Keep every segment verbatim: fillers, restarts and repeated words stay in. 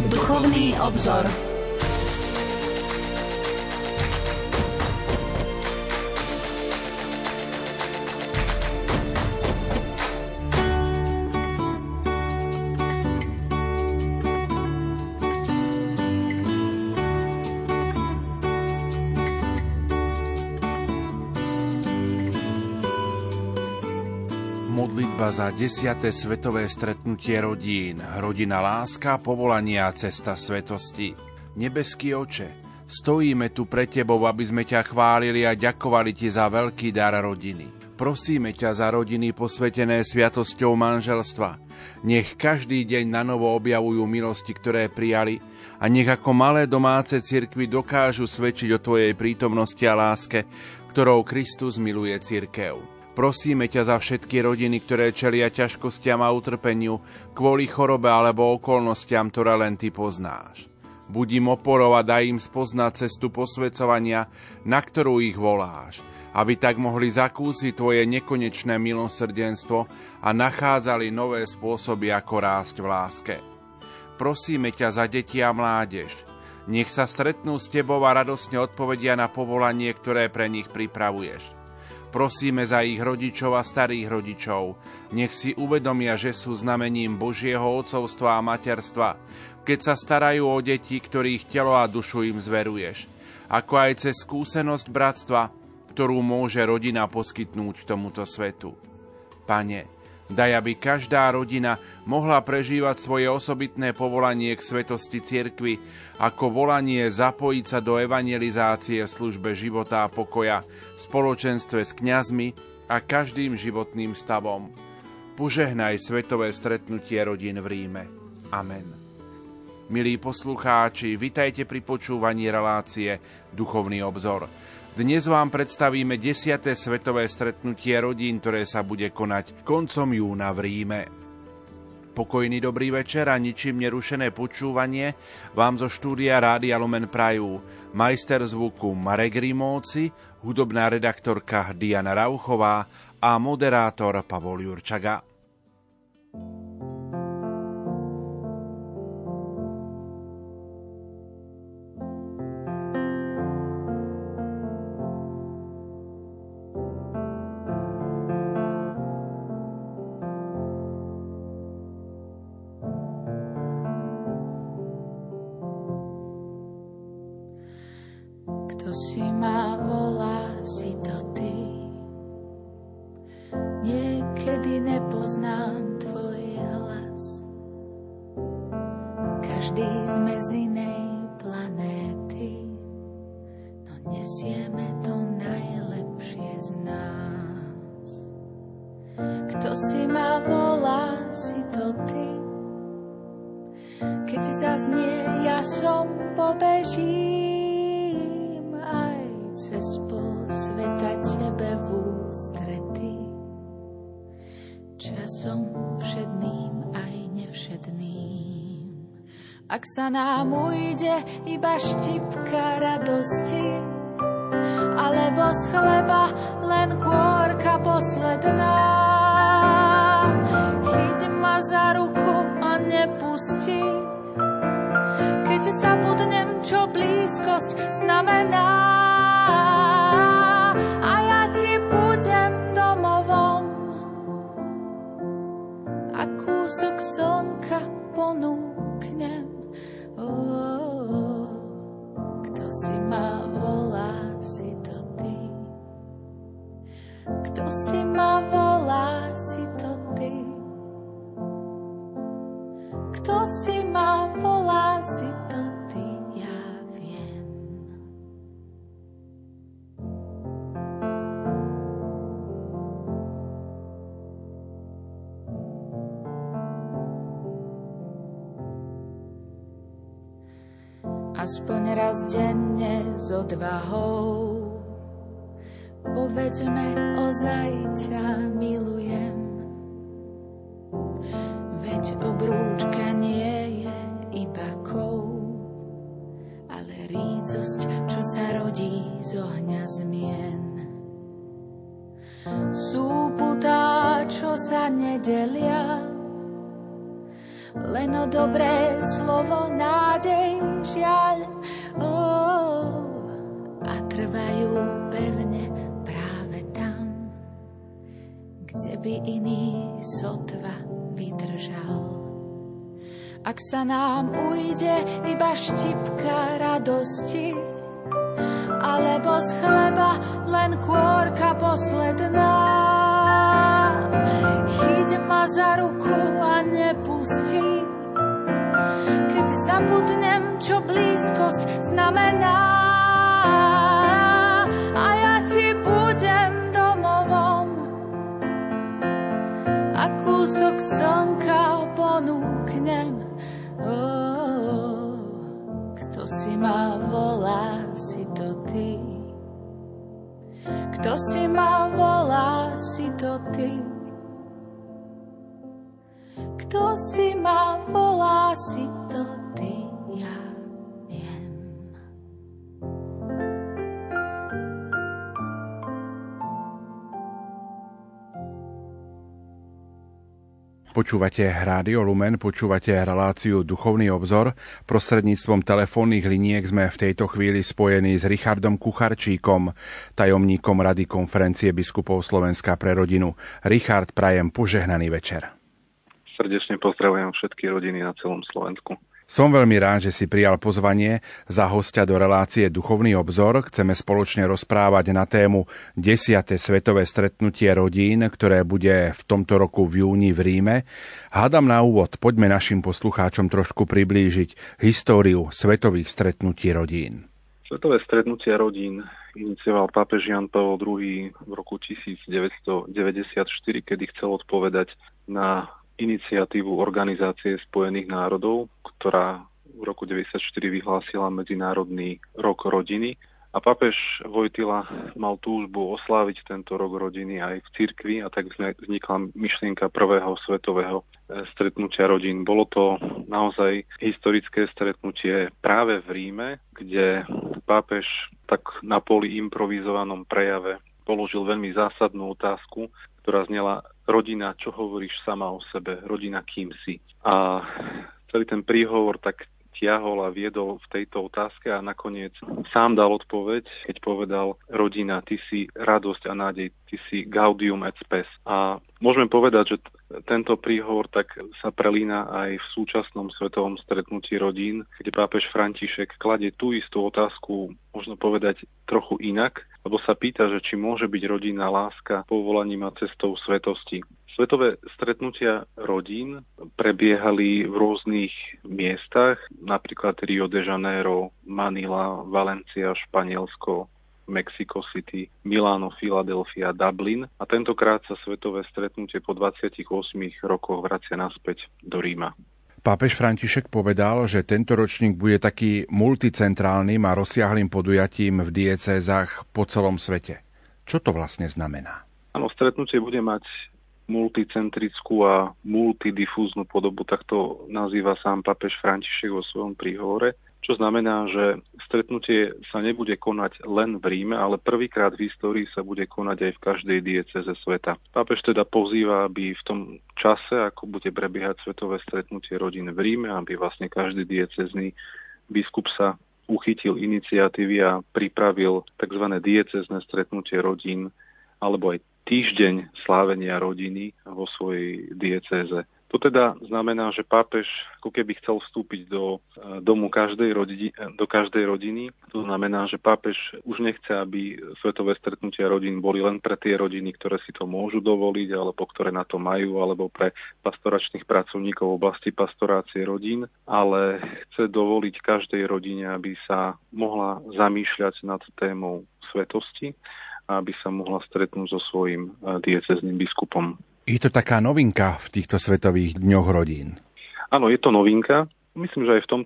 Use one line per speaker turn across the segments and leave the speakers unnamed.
Duchovný obzor.
Modlitba za desiate svetové stretnutie rodín, rodina láska, povolania a cesta svetosti. Nebeský Oče, stojíme tu pre Tebou, aby sme ťa chválili a ďakovali Ti za veľký dar rodiny. Prosíme ťa za rodiny posvetené sviatosťou manželstva. Nech každý deň na novo objavujú milosti, ktoré prijali, a nech ako malé domáce cirkvi dokážu svedčiť o Tvojej prítomnosti a láske, ktorou Kristus miluje cirkev. Prosíme ťa za všetky rodiny, ktoré čelia ťažkostiam a utrpeniu kvôli chorobe alebo okolnostiam, ktoré len Ty poznáš. Buď im oporou a daj im spoznať cestu posväcovania, na ktorú ich voláš, aby tak mohli zakúsiť Tvoje nekonečné milosrdenstvo a nachádzali nové spôsoby, ako rásť v láske. Prosíme ťa za deti a mládež. Nech sa stretnú s Tebou a radosne odpovedia na povolanie, ktoré pre nich pripravuješ. Prosíme za ich rodičov a starých rodičov. Nech si uvedomia, že sú znamením Božieho otcovstva a materstva, keď sa starajú o deti, ktorých telo a dušu im zveruješ, ako aj cez skúsenosť bratstva, ktorú môže rodina poskytnúť tomuto svetu. Pane, daj, aby každá rodina mohla prežívať svoje osobitné povolanie k svetosti cirkvi ako volanie zapojiť sa do evangelizácie v službe života a pokoja, v spoločenstve s kňazmi a každým životným stavom. Požehnaj svetové stretnutie rodín v Ríme. Amen. Milí poslucháči, vitajte pri počúvaní relácie Duchovný obzor. Dnes vám predstavíme desiate svetové stretnutie rodín, ktoré sa bude konať koncom júna v Ríme. Pokojný dobrý večer a ničím nerušené počúvanie vám zo štúdia Rádia Lumen prajú majster zvuku Marek Rimóci, hudobná redaktorka Diana Rauchová a moderátor Pavol Jurčaga.
Ak sa nám ujde iba štipka radosti, alebo z chleba len kôrka posledná, chyť ma za ruku a nepusti, keď zabudnem, čo blízkosť znamená. A ja ti budem domovom a kúsok slnka ponúknem. Kto si ma volá, si to ty. Kto si ma volá, si to ty. Kto si ma volá, si to ty, ja viem. Aspoň raz denne s odvahou povedzme, ozaj ťa milujem. Veď obrúčka nie je iba kov, ale rídzosť, čo sa rodí z ohňa zmien. Sú putá, čo sa nedelia, len o dobré slovo, nádej, žiaľ. Oh, a trvajú pevne práve tam, kde by iný sotva vydržal. Ak sa nám ujde iba štipka radosti, alebo z chleba len kôrka posledná, chyť ma za ruku a nepustí, keď zabudnem, čo blízkosť znamená. A ja ti budem domovom a kúsok slnka ponúknem. Oh, kto si ma volá, si to ty. Kto si ma volá, si to ty. Kto si ma volá, si to ty, ja viem.
Počúvate Rádio Lumen, počúvate reláciu Duchovný obzor. Prostredníctvom telefónnych liniek sme v tejto chvíli spojení s Richardom Kucharčíkom, tajomníkom Rady konferencie biskupov Slovenska pre rodinu. Richard, prajem požehnaný večer.
Srdečne pozdravujem všetky rodiny na celom Slovensku.
Som veľmi rád, že si prijal pozvanie za hostia do relácie Duchovný obzor. Chceme spoločne rozprávať na tému desiate svetové stretnutie rodín, ktoré bude v tomto roku v júni v Ríme. Hádam na úvod, poďme našim poslucháčom trošku priblížiť históriu svetových stretnutí rodín.
Svetové stretnutia rodín inicioval pápež Ján Pavol druhý. v roku devätnásťstodeväťdesiatštyri, kedy chcel odpovedať na iniciatívu Organizácie spojených národov, ktorá v roku deväťdesiatštyri vyhlásila Medzinárodný rok rodiny. A pápež Vojtila mal túžbu osláviť tento rok rodiny aj v cirkvi, a tak vznikla myšlienka prvého svetového stretnutia rodín. Bolo to naozaj historické stretnutie práve v Ríme, kde pápež tak na poli improvizovanom prejave položil veľmi zásadnú otázku, ktorá znela: rodina, čo hovoríš sama o sebe? Rodina, kým si? A celý ten príhovor tak tiahol a viedol v tejto otázke a nakoniec sám dal odpoveď, keď povedal: rodina, ty si radosť a nádej, ty si gaudium et spes. A môžeme povedať, že t- tento príhovor tak sa prelína aj v súčasnom svetovom stretnutí rodín, kde pápež František kladie tú istú otázku, možno povedať trochu inak, lebo sa pýta, že či môže byť rodinná láska povolaním a cestou svetosti. Svetové stretnutia rodín prebiehali v rôznych miestach, napríklad Rio de Janeiro, Manila, Valencia, Španielsko, Mexico City, Miláno, Filadelfia, Dublin, a tentokrát sa svetové stretnutie po dvadsiatich ôsmich rokoch vracia naspäť do Ríma.
Pápež František povedal, že tento ročník bude taký multicentrálnym a rozsiahlým podujatím v diecézach po celom svete. Čo to vlastne znamená?
Áno, stretnutie bude mať multicentrickú a multidifúznu podobu, tak to nazýva sám pápež František vo svojom príhovore, čo znamená, že stretnutie sa nebude konať len v Ríme, ale prvýkrát v histórii sa bude konať aj v každej diecéze sveta. Pápež teda pozýva, aby v tom čase, ako bude prebiehať svetové stretnutie rodín v Ríme, aby vlastne každý diecézny biskup sa uchytil iniciatívy a pripravil tzv. Diecézne stretnutie rodín alebo aj týždeň slávenia rodiny vo svojej diecéze. To teda znamená, že pápež ako keby chcel vstúpiť do domu každej rodiny, do každej rodiny. To znamená, že pápež už nechce, aby svetové stretnutia rodín boli len pre tie rodiny, ktoré si to môžu dovoliť, alebo ktoré na to majú, alebo pre pastoračných pracovníkov v oblasti pastorácie rodín, ale chce dovoliť každej rodine, aby sa mohla zamýšľať nad témou svetosti a aby sa mohla stretnúť so svojím diecézným biskupom.
Je to taká novinka v týchto svetových dňoch rodín?
Áno, je to novinka. Myslím, že aj v tomto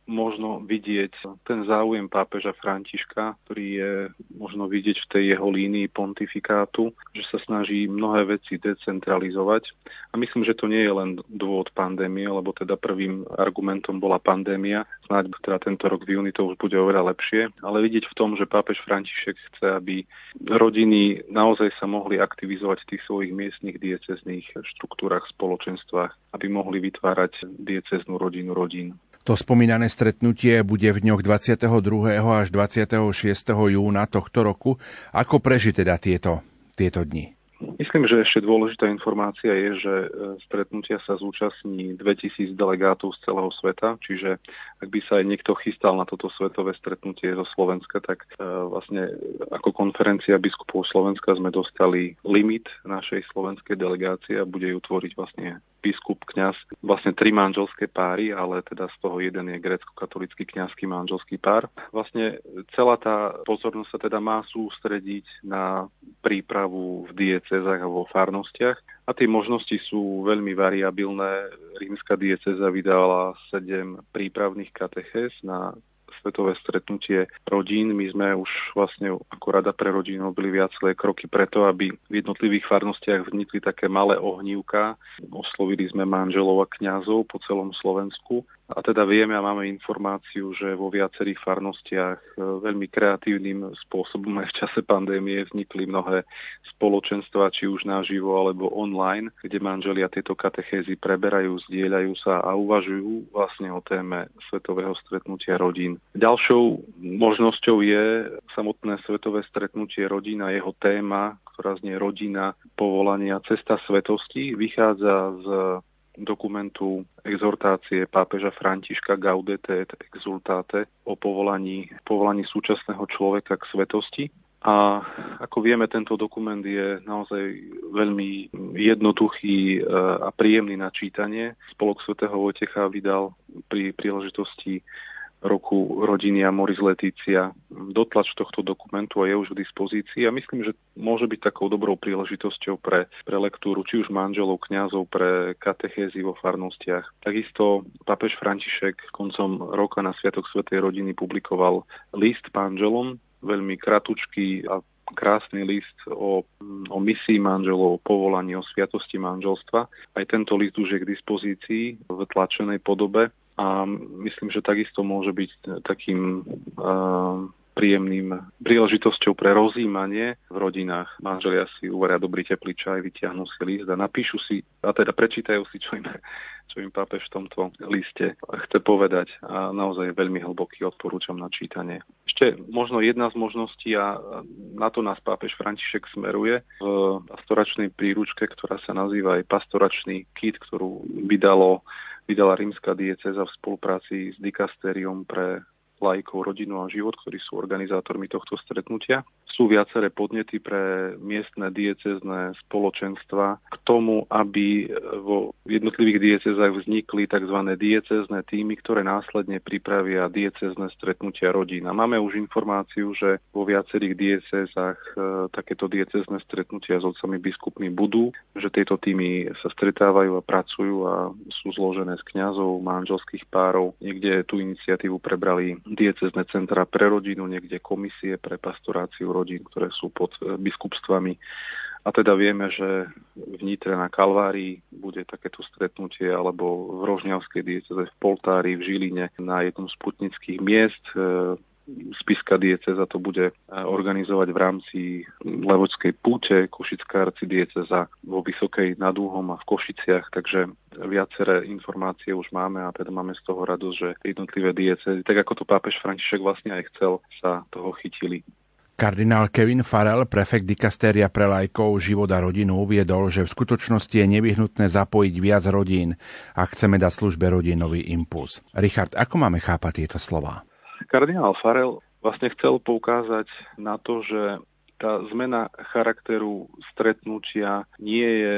možno vidieť ten záujem pápeža Františka, ktorý je možno vidieť v tej jeho línii pontifikátu, že sa snaží mnohé veci decentralizovať. A myslím, že to nie je len dôvod pandémie, lebo teda prvým argumentom bola pandémia. Snáď teda tento rok v júni to už bude oveľa lepšie. Ale vidieť v tom, že pápež František chce, aby rodiny naozaj sa mohli aktivizovať v tých svojich miestnych diecéznych štruktúrach, spoločenstvách, aby mohli vytvárať diecéznu rodinu rodín.
To spomínané stretnutie bude v dňoch dvadsiateho druhého až dvadsiateho šiesteho júna tohto roku. Ako prežiť teda tieto, tieto dni?
Myslím, že ešte dôležitá informácia je, že stretnutia sa zúčastní dvetisíc delegátov z celého sveta, čiže ak by sa aj niekto chystal na toto svetové stretnutie zo Slovenska, tak vlastne ako konferencia biskupov Slovenska sme dostali limit našej slovenskej delegácie a bude ju tvoriť vlastne biskup, kňaz, vlastne tri manželské páry, ale teda z toho jeden je grécko-katolícky kňazský manželský pár. Vlastne celá tá pozornosť sa teda má sústrediť na prípravu v diecézach a vo farnostiach a tie možnosti sú veľmi variabilné. Rímska diecéza vydala sedem prípravných katechéz na svetové stretnutie rodín. My sme už vlastne ako Rada pre rodinu robili viaceré kroky preto, aby v jednotlivých farnostiach vznikli také malé ohnívka. Oslovili sme manželov a kňazov po celom Slovensku. A teda vieme a máme informáciu, že vo viacerých farnostiach veľmi kreatívnym spôsobom aj v čase pandémie vznikli mnohé spoločenstva, či už naživo alebo online, kde manželia tieto katechézy preberajú, zdieľajú sa a uvažujú vlastne o téme svetového stretnutia rodín. Ďalšou možnosťou je samotné svetové stretnutie rodín a jeho téma, ktorá znie rodina, povolania, cesta svetosti, vychádza z dokumentu exhortácie pápeža Františka Gaudete et exsultate o povolaní, povolaní súčasného človeka k svetosti. A ako vieme, tento dokument je naozaj veľmi jednoduchý a príjemný na čítanie. Spolok svätého Vojtecha vydal pri príležitosti roku rodiny Amoris Laetitia dotlač tohto dokumentu a je už v dispozícii a myslím, že môže byť takou dobrou príležitosťou pre, pre lektúru či už manželov, kňazov, pre katechézy vo farnostiach. Takisto pápež František koncom roka na Sviatok svätej rodiny publikoval list manželom, veľmi kratučký a krásny list o, o misii manželov, o povolaní, o sviatosti manželstva. Aj tento list už je k dispozícii v tlačenej podobe. A myslím, že takisto môže byť takým uh, príjemným príležitosťou pre rozjímanie v rodinách. Manželia si uvaria dobrý teplý čaj, vytiahnu si list a napíšu si, a teda prečítajú si, čo im, čo im pápež v tomto liste chce povedať. A naozaj veľmi hlboký, odporúčam na čítanie. Ešte možno jedna z možností, a na to nás pápež František smeruje, v pastoračnej príručke, ktorá sa nazýva aj pastoračný kit, ktorú vydalo vydala rímska diecéza v spolupráci s dikastériom pre laikov, rodinu a život, ktorí sú organizátormi tohto stretnutia. Sú viaceré podnety pre miestne diecézne spoločenstva k tomu, aby vo jednotlivých diecézach vznikli tzv. Diecézne tímy, ktoré následne pripravia diecézne stretnutia rodín. A máme už informáciu, že vo viacerých diecézach e, takéto diecézne stretnutia s otcami biskupmi budú, že tieto tímy sa stretávajú a pracujú a sú zložené z kňazov, manželských párov. Niekde tú iniciatívu prebrali diecézne centra pre rodinu, niekde komisie pre pastoráciu rodín, ktoré sú pod biskupstvami. A teda vieme, že v Nitre na Kalvárii bude takéto stretnutie, alebo v Rožňavskej diecéze v Poltári, v Žiline na jednom z putnických miest. Spišská diecéza to bude organizovať v rámci Levočskej púte, Košická arcidiecéza vo Vysokej nad Úhom a v Košiciach, takže viaceré informácie už máme a teda máme z toho radosť, že jednotlivé diecézy, tak ako to pápež František vlastne aj chcel, sa toho chytili.
Kardinál Kevin Farrell, prefekt dikastéria pre laikov, život a rodinu, uviedol, že v skutočnosti je nevyhnutné zapojiť viac rodín a chceme dať službe rodinový impuls. Richard, ako máme chápať tieto slová?
Kardinál Farrell vlastne chcel poukázať na to, že tá zmena charakteru stretnutia nie je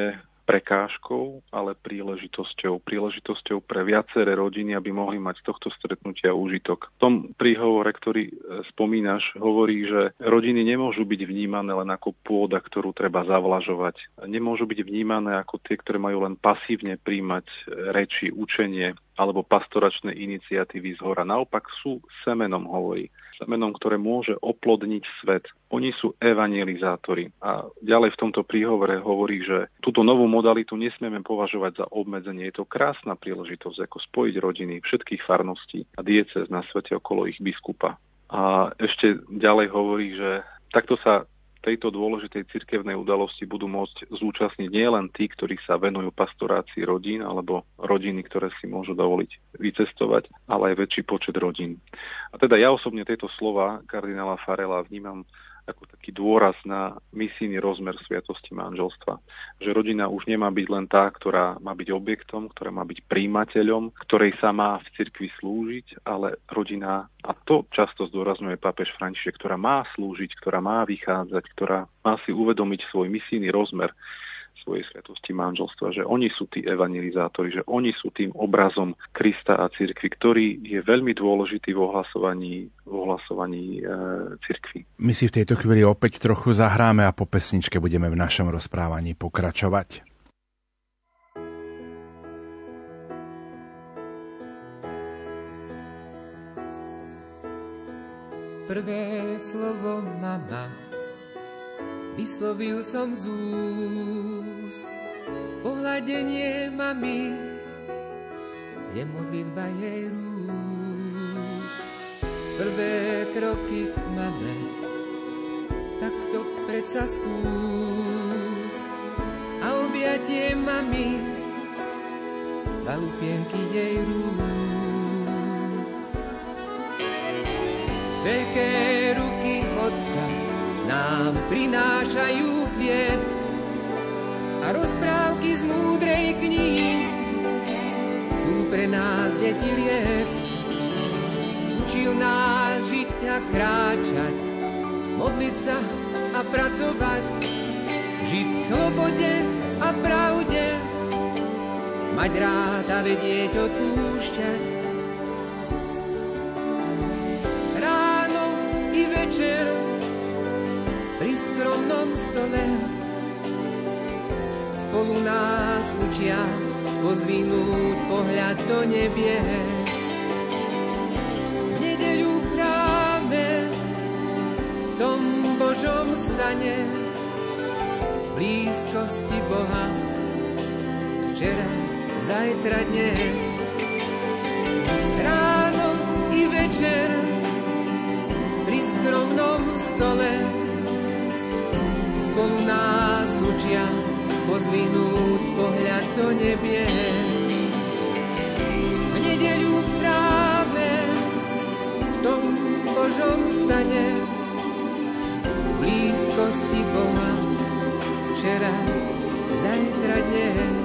prekážkou, ale príležitosťou. Príležitosťou pre viaceré rodiny, aby mohli mať z tohto stretnutia úžitok. V tom príhovore, ktorý spomínaš, hovorí, že rodiny nemôžu byť vnímané len ako pôda, ktorú treba zavlažovať. Nemôžu byť vnímané ako tie, ktoré majú len pasívne príjmať reči, učenie alebo pastoračné iniciatívy zhora. Naopak sú semenom, hovorí. Semenom, ktoré môže oplodniť svet. Oni sú evangelizátori. A ďalej v tomto príhovore hovorí, že túto novú modalitu nesmieme považovať za obmedzenie. Je to krásna príležitosť, ako spojiť rodiny všetkých farností a diecéz na svete okolo ich biskupa. A ešte ďalej hovorí, že takto sa tejto dôležitej cirkevnej udalosti budú môcť zúčastniť nielen tí, ktorí sa venujú pastorácii rodín alebo rodiny, ktoré si môžu dovoliť vycestovať, ale aj väčší počet rodín. A teda ja osobne tieto slova kardinála Farela vnímam ako taký dôraz na misijný rozmer sviatosti manželstva. Že rodina už nemá byť len tá, ktorá má byť objektom, ktorá má byť príjimateľom, ktorej sa má v cirkvi slúžiť, ale rodina, a to často zdôrazňuje pápež František, ktorá má slúžiť, ktorá má vychádzať, ktorá má si uvedomiť svoj misijný rozmer svojej sviatosti manželstva, že oni sú tí evangelizátori, že oni sú tým obrazom Krista a cirkvi, ktorý je veľmi dôležitý v ohlasovaní, v ohlasovaní e, cirkvi.
My si v tejto chvíli opäť trochu zahráme a po pesničke budeme v našom rozprávaní pokračovať.
Prvé slovo mama vyslovil som z úst, pohľadenie mami je modlitba jej rúk. Prvé kroky k mame, tak to predsa skús, a objatie mami, valupienky jej rúk. Veľké ruky otca nám prinášajú chlieb a rozprávky z múdrej knihy sú pre nás deti liek. Učil nás žiť a kráčať, modliť sa a pracovať, žiť v slobode a pravde, mať rád a vedieť odpúšťať. Ráno i večer pri skromnom stole spolu nás učia pozdvihnúť pohľad do nebies. V nedeľu v chráme, v tom Božom stane, v blízkosti Boha, včera, zajtra, dnes. Ráno i večer pri skromnom stole spolu nás učia pozdvihnúť pohľad do nebies. V nedeľu v chráme, v tom Božom stane, v blízkosti Boha, včera, zajtra, dnes.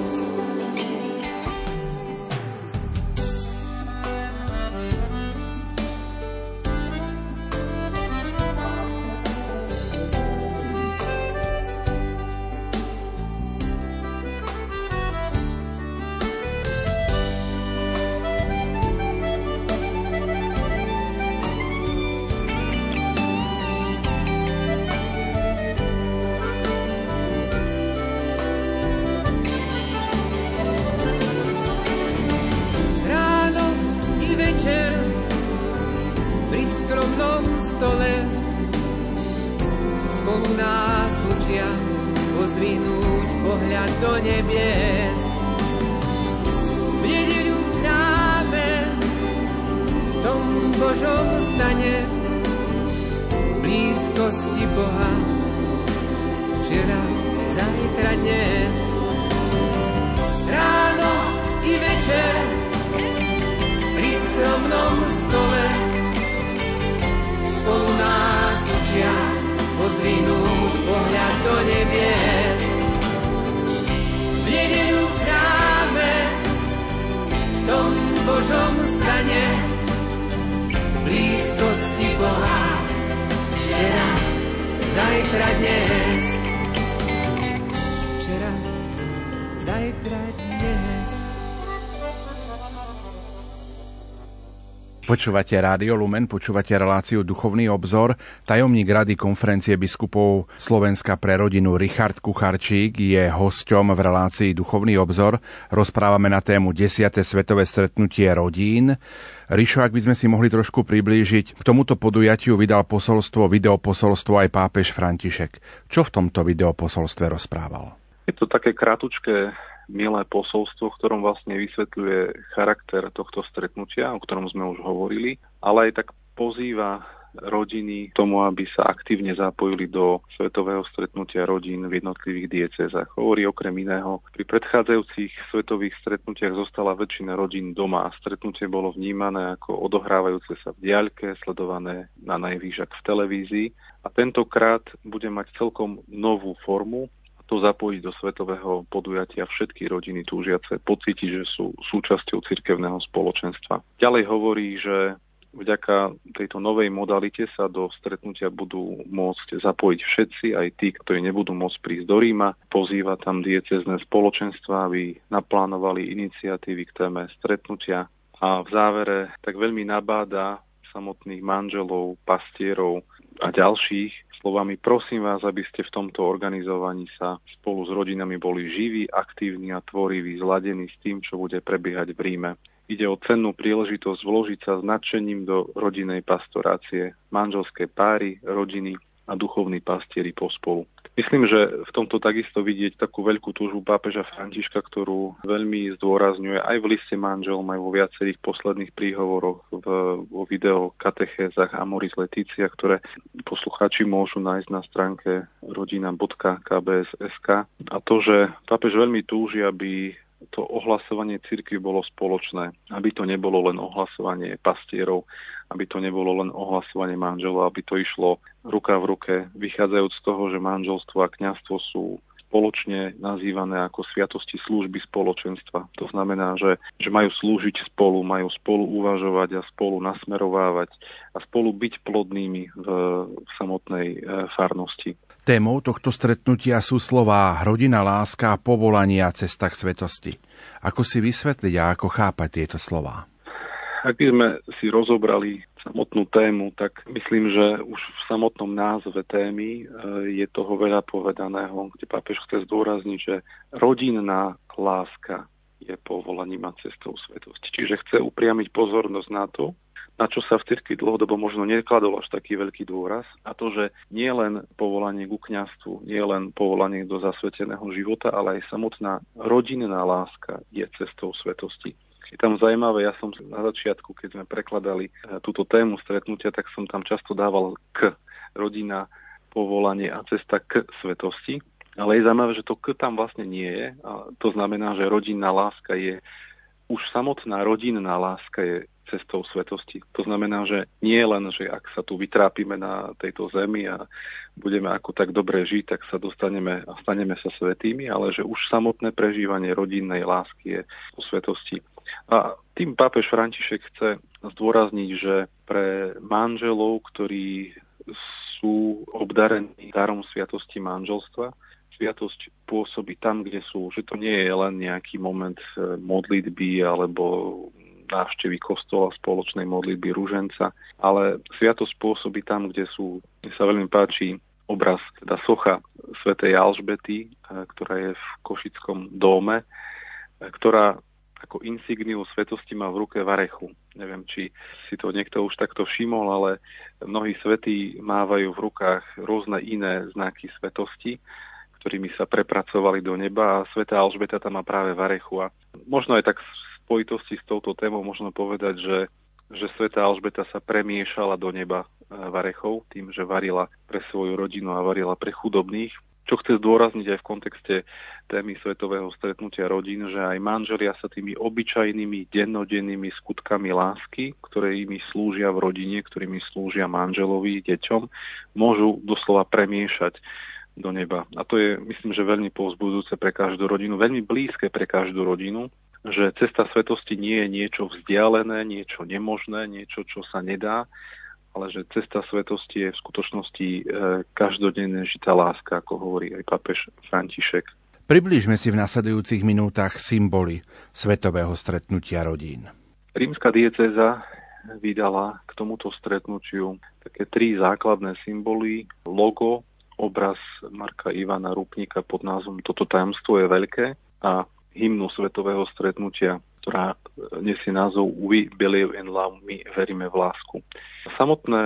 Včera, zajtra dnes.
Počúvate Rádio Lumen, počúvate reláciu Duchovný obzor. Tajomník Rady konferencie biskupov Slovenska pre rodinu Richard Kucharčík je hosťom v relácii Duchovný obzor. Rozprávame na tému desiate svetové stretnutie rodín. Rišo, ak by sme si mohli trošku priblížiť, k tomuto podujatiu vydal posolstvo, videoposolstvo aj pápež František. Čo v tomto videoposolstve rozprával?
Je to také krátučké, milé posolstvo, v ktorom vlastne vysvetľuje charakter tohto stretnutia, o ktorom sme už hovorili, ale aj tak pozýva rodiny k tomu, aby sa aktívne zapojili do svetového stretnutia rodín v jednotlivých diecézach. Hovorí okrem iného, pri predchádzajúcich svetových stretnutiach zostala väčšina rodín doma a stretnutie bolo vnímané ako odohrávajúce sa v diaľke, sledované na najvýš v televízii a tentokrát bude mať celkom novú formu, to zapojiť do svetového podujatia všetky rodiny túžiace pocítiť, že sú súčasťou cirkevného spoločenstva. Ďalej hovorí, že vďaka tejto novej modalite sa do stretnutia budú môcť zapojiť všetci, aj tí, ktorí nebudú môcť prísť do Ríma. Pozýva tam diecézne spoločenstva, aby naplánovali iniciatívy k téme stretnutia a v závere tak veľmi nabáda samotných manželov, pastierov a ďalších slovami: prosím vás, aby ste v tomto organizovaní sa spolu s rodinami boli živí, aktívni a tvoriví, zladení s tým, čo bude prebiehať v Ríme. Ide o cennú príležitosť vložiť sa s nadšením do rodinnej pastorácie, manželské páry, rodiny a duchovní pastieri pospolu. Myslím, že v tomto takisto vidieť takú veľkú túžbu pápeža Františka, ktorú veľmi zdôrazňuje aj v liste manželom, aj vo viacerých posledných príhovoroch, v, vo video katechézach Amoris Laetitia, ktoré poslucháči môžu nájsť na stránke rodina bodka k b s bodka es ká. A to, že pápež veľmi túži, aby to ohlasovanie cirkvi bolo spoločné, aby to nebolo len ohlasovanie pastierov, aby to nebolo len ohlasovanie manželov, aby to išlo ruka v ruke, vychádzajúc z toho, že manželstvo a kňazstvo sú spoločne nazývané ako sviatosti služby spoločenstva. To znamená, že, že majú slúžiť spolu, majú spolu uvažovať a spolu nasmerovávať a spolu byť plodnými v, v samotnej e, farnosti.
Témou tohto stretnutia sú slová rodina, láska, povolanie a cesta k svetosti. Ako si vysvetliť a ako chápať tieto slová?
Ak by sme si rozobrali samotnú tému, tak myslím, že už v samotnom názve témy je toho veľa povedaného, kde pápež chce zdôrazniť, že rodinná láska je povolaním a cestou svetosti. Čiže chce upriamiť pozornosť na to, na čo sa v cirkvi dlhodobo možno nekladol až taký veľký dôraz, a to, že nie len povolanie ku kňazstvu, nie len povolanie do zasveteného života, ale aj samotná rodinná láska je cestou svetosti. Je tam zaujímavé, ja som na začiatku, keď sme prekladali túto tému stretnutia, tak som tam často dával k rodina, povolanie a cesta k svetosti, ale je zaujímavé, že to k tam vlastne nie je, a to znamená, že rodinná láska je, už samotná rodinná láska je cestou svetosti. To znamená, že nie len, že ak sa tu vytrápime na tejto zemi a budeme ako tak dobre žiť, tak sa dostaneme a staneme sa svätými, ale že už samotné prežívanie rodinnej lásky je o svetosti. A tým pápež František chce zdôrazniť, že pre manželov, ktorí sú obdarení darom sviatosti manželstva, sviatosť pôsobí tam, kde sú, že to nie je len nejaký moment modlitby alebo návštevy kostola, spoločnej modlitby ruženca, ale sviatosť pôsobí tam, kde sú, kde sa veľmi páči obraz, teda socha svätej Alžbety, ktorá je v Košickom dóme, ktorá ako insigniu svetosti má v ruke varechu. Neviem, či si to niekto už takto všimol, ale mnohí svätí mávajú v rukách rôzne iné znaky svetosti, ktorými sa prepracovali do neba, a svätá Alžbeta tam má práve varechu. A možno aj tak v spojitosti s touto témou možno povedať, že, že svätá Alžbeta sa premiešala do neba varechou tým, že varila pre svoju rodinu a varila pre chudobných. Čo chce zdôrazniť aj v kontexte témy svetového stretnutia rodín, že aj manželia sa tými obyčajnými, dennodennými skutkami lásky, ktoré imi slúžia v rodine, ktorými slúžia manželovi, deťom, môžu doslova premiešať do neba. A to je, myslím, že veľmi povzbudzujúce pre každú rodinu, veľmi blízke pre každú rodinu, že cesta svetosti nie je niečo vzdialené, niečo nemožné, niečo, čo sa nedá, ale že cesta svetosti je v skutočnosti e, každodenné žitá láska, ako hovorí aj pápež František.
Priblížme si v nasledujúcich minútach symboly svetového stretnutia rodín.
Rímska diecéza vydala k tomuto stretnutiu také tri základné symboly. Logo, obraz Marka Ivana Rupníka pod názvom Toto tajomstvo je veľké a hymnu svetového stretnutia, ktorá nesie názov We Believe in Love, my veríme v lásku. Samotné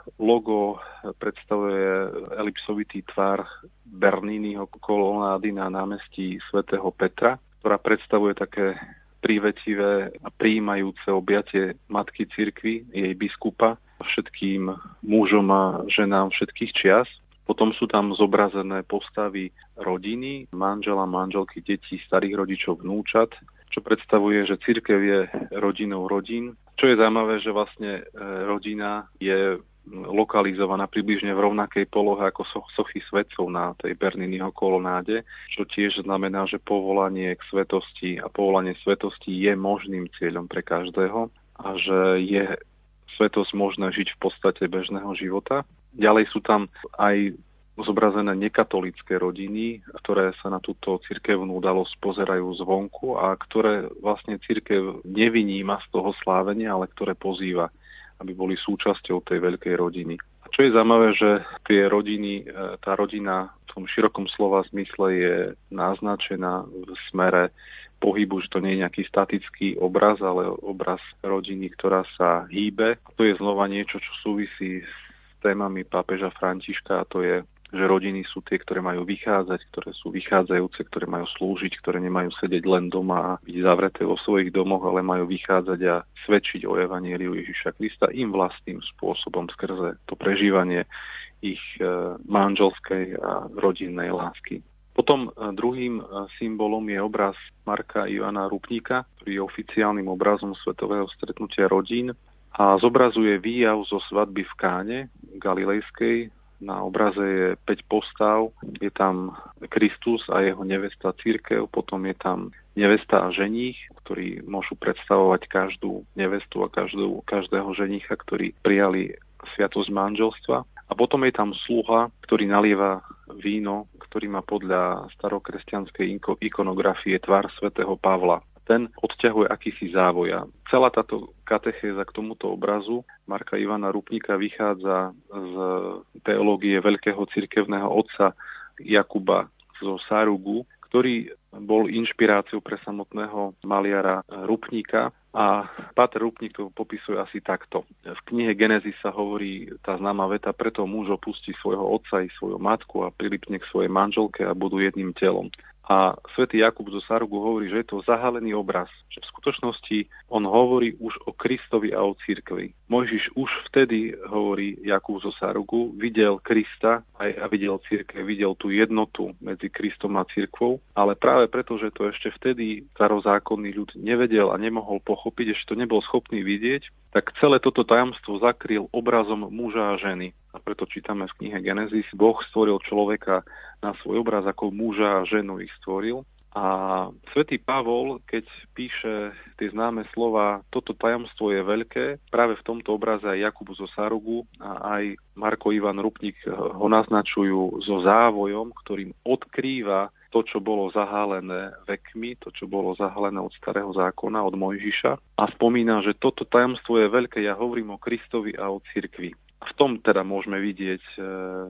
logo predstavuje elipsovitý tvar Berniniho kolonády na námestí svätého Petra, ktorá predstavuje také prívetivé a prijímajúce objatie matky cirkvi, jej biskupa, všetkým mužom a ženám všetkých čias. Potom sú tam zobrazené postavy rodiny, manžela, manželky, detí, starých rodičov, vnúčat, čo predstavuje, že cirkev je rodinou rodín. Čo je zaujímavé, že vlastne rodina je lokalizovaná približne v rovnakej polohe ako sochy svätcov na tej Berniniho kolonáde, čo tiež znamená, že povolanie k svetosti a povolanie svetosti je možným cieľom pre každého a že je svetosť možné žiť v podstate bežného života. Ďalej sú tam aj zobrazené nekatolické rodiny, ktoré sa na túto cirkevnú udalosť pozerajú zvonku a ktoré vlastne cirkev nevyníma z toho slávenia, ale ktoré pozýva, aby boli súčasťou tej veľkej rodiny. A čo je zaujímavé, že tie rodiny, tá rodina v tom širokom slova zmysle je naznačená v smere pohybu, že to nie je nejaký statický obraz, ale obraz rodiny, ktorá sa hýbe. A to je znova niečo, čo súvisí s témami pápeža Františka, a to je, že rodiny sú tie, ktoré majú vychádzať, ktoré sú vychádzajúce, ktoré majú slúžiť, ktoré nemajú sedieť len doma a byť zavreté vo svojich domoch, ale majú vychádzať a svedčiť o evanjeliu Ježiša Krista im vlastným spôsobom skrze to prežívanie ich manželskej a rodinnej lásky. Potom druhým symbolom je obraz Marka Ivana Rupníka, ktorý je oficiálnym obrazom svetového stretnutia rodín a zobrazuje výjav zo svadby v Káne galilejskej. Na obraze je päť postav, je tam Kristus a jeho nevesta cirkev, potom je tam nevesta a ženích, ktorí môžu predstavovať každú nevestu a každú, každého ženicha, ktorí prijali sviatosť manželstva. A potom je tam sluha, ktorý nalieva víno, ktorý má podľa starokresťanskej ikonografie tvar svätého Pavla. Ten odťahuje akýsi závoja. Celá táto katechéza k tomuto obrazu Marka Ivana Rupníka vychádza z teológie veľkého cirkevného otca Jakuba zo Sarugu, ktorý bol inšpiráciou pre samotného maliara Rupníka. A páter Rupník to popisuje asi takto. V knihe Genesis sa hovorí tá známa veta: preto muž opustí svojho otca i svoju matku a prilipne k svojej manželke a budú jedným telom. A svätý Jakub zo Sarugu hovorí, že je to zahalený obraz, že v skutočnosti on hovorí už o Kristovi a o cirkvi. Mojžiš už vtedy, hovorí Jakub zo Sarugu, videl Krista a videl cirkev, videl tú jednotu medzi Kristom a cirkvou, ale práve preto, že to ešte vtedy starozákonný ľud nevedel a nemohol pochopiť, ešte to nebol schopný vidieť, tak celé toto tajomstvo zakryl obrazom muža a ženy. A preto čítame v knihe Genesis: Boh stvoril človeka na svoj obraz, ako muža a ženu ich stvoril. A svätý Pavol, keď píše tie známe slova toto tajomstvo je veľké, práve v tomto obraze aj Jakub zo Sarugu a aj Marko Ivan Rupník ho naznačujú so závojom, ktorým odkrýva to, čo bolo zahálené vekmi, to, čo bolo zahálené od starého zákona, od Mojžiša. A spomína, že toto tajomstvo je veľké, ja hovorím o Kristovi a o cirkvi. A v tom teda môžeme vidieť e,